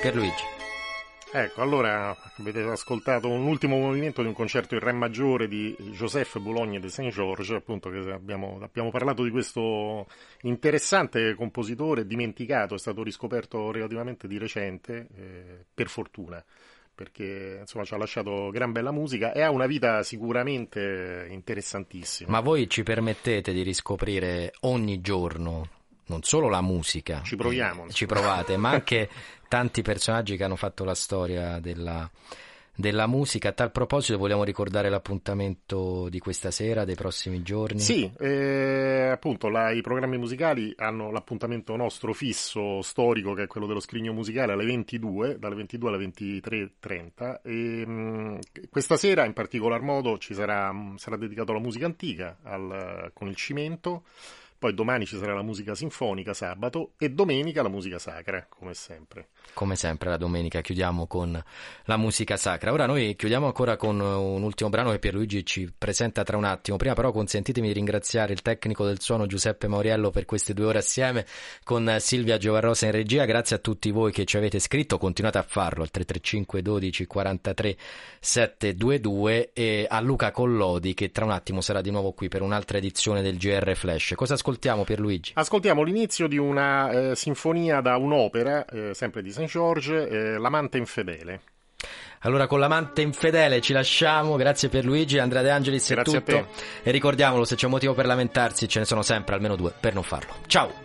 Pierluigi. Ecco, allora avete ascoltato un ultimo movimento di un concerto in re maggiore di Joseph Boulogne de Saint-Georges, appunto, che abbiamo parlato di questo interessante compositore dimenticato, è stato riscoperto relativamente di recente, per fortuna, perché insomma ci ha lasciato gran bella musica e ha una vita sicuramente interessantissima. Ma voi ci permettete di riscoprire ogni giorno non solo la musica, ci proviamo, ci provate, ma anche tanti personaggi che hanno fatto la storia della musica. A tal proposito vogliamo ricordare l'appuntamento di questa sera, dei prossimi giorni? Sì, appunto i programmi musicali hanno l'appuntamento nostro fisso, storico, che è quello dello Scrigno Musicale alle 22, dalle 22 alle 23:30 e questa sera in particolar modo sarà dedicato alla musica antica, con il cimento. Poi domani ci sarà la musica sinfonica, sabato, e domenica la musica sacra, come sempre. Come sempre la domenica chiudiamo con la musica sacra. Ora noi chiudiamo ancora con un ultimo brano che Pierluigi ci presenta tra un attimo. Prima però consentitemi di ringraziare il tecnico del suono Giuseppe Mauriello per queste 2 ore assieme con Silvia Giovarrosa in regia. Grazie a tutti voi che ci avete scritto, continuate a farlo al 335 12 43 722 e a Luca Collodi che tra un attimo sarà di nuovo qui per un'altra edizione del GR Flash. Cosa ascoltiamo, Pierluigi? Ascoltiamo l'inizio di una sinfonia da un'opera, sempre di Saint-Georges, L'amante infedele. Allora con l'amante infedele ci lasciamo, grazie Pierluigi, Andrea De Angelis è tutto e ricordiamolo, se c'è un motivo per lamentarsi ce ne sono sempre almeno 2 per non farlo. Ciao!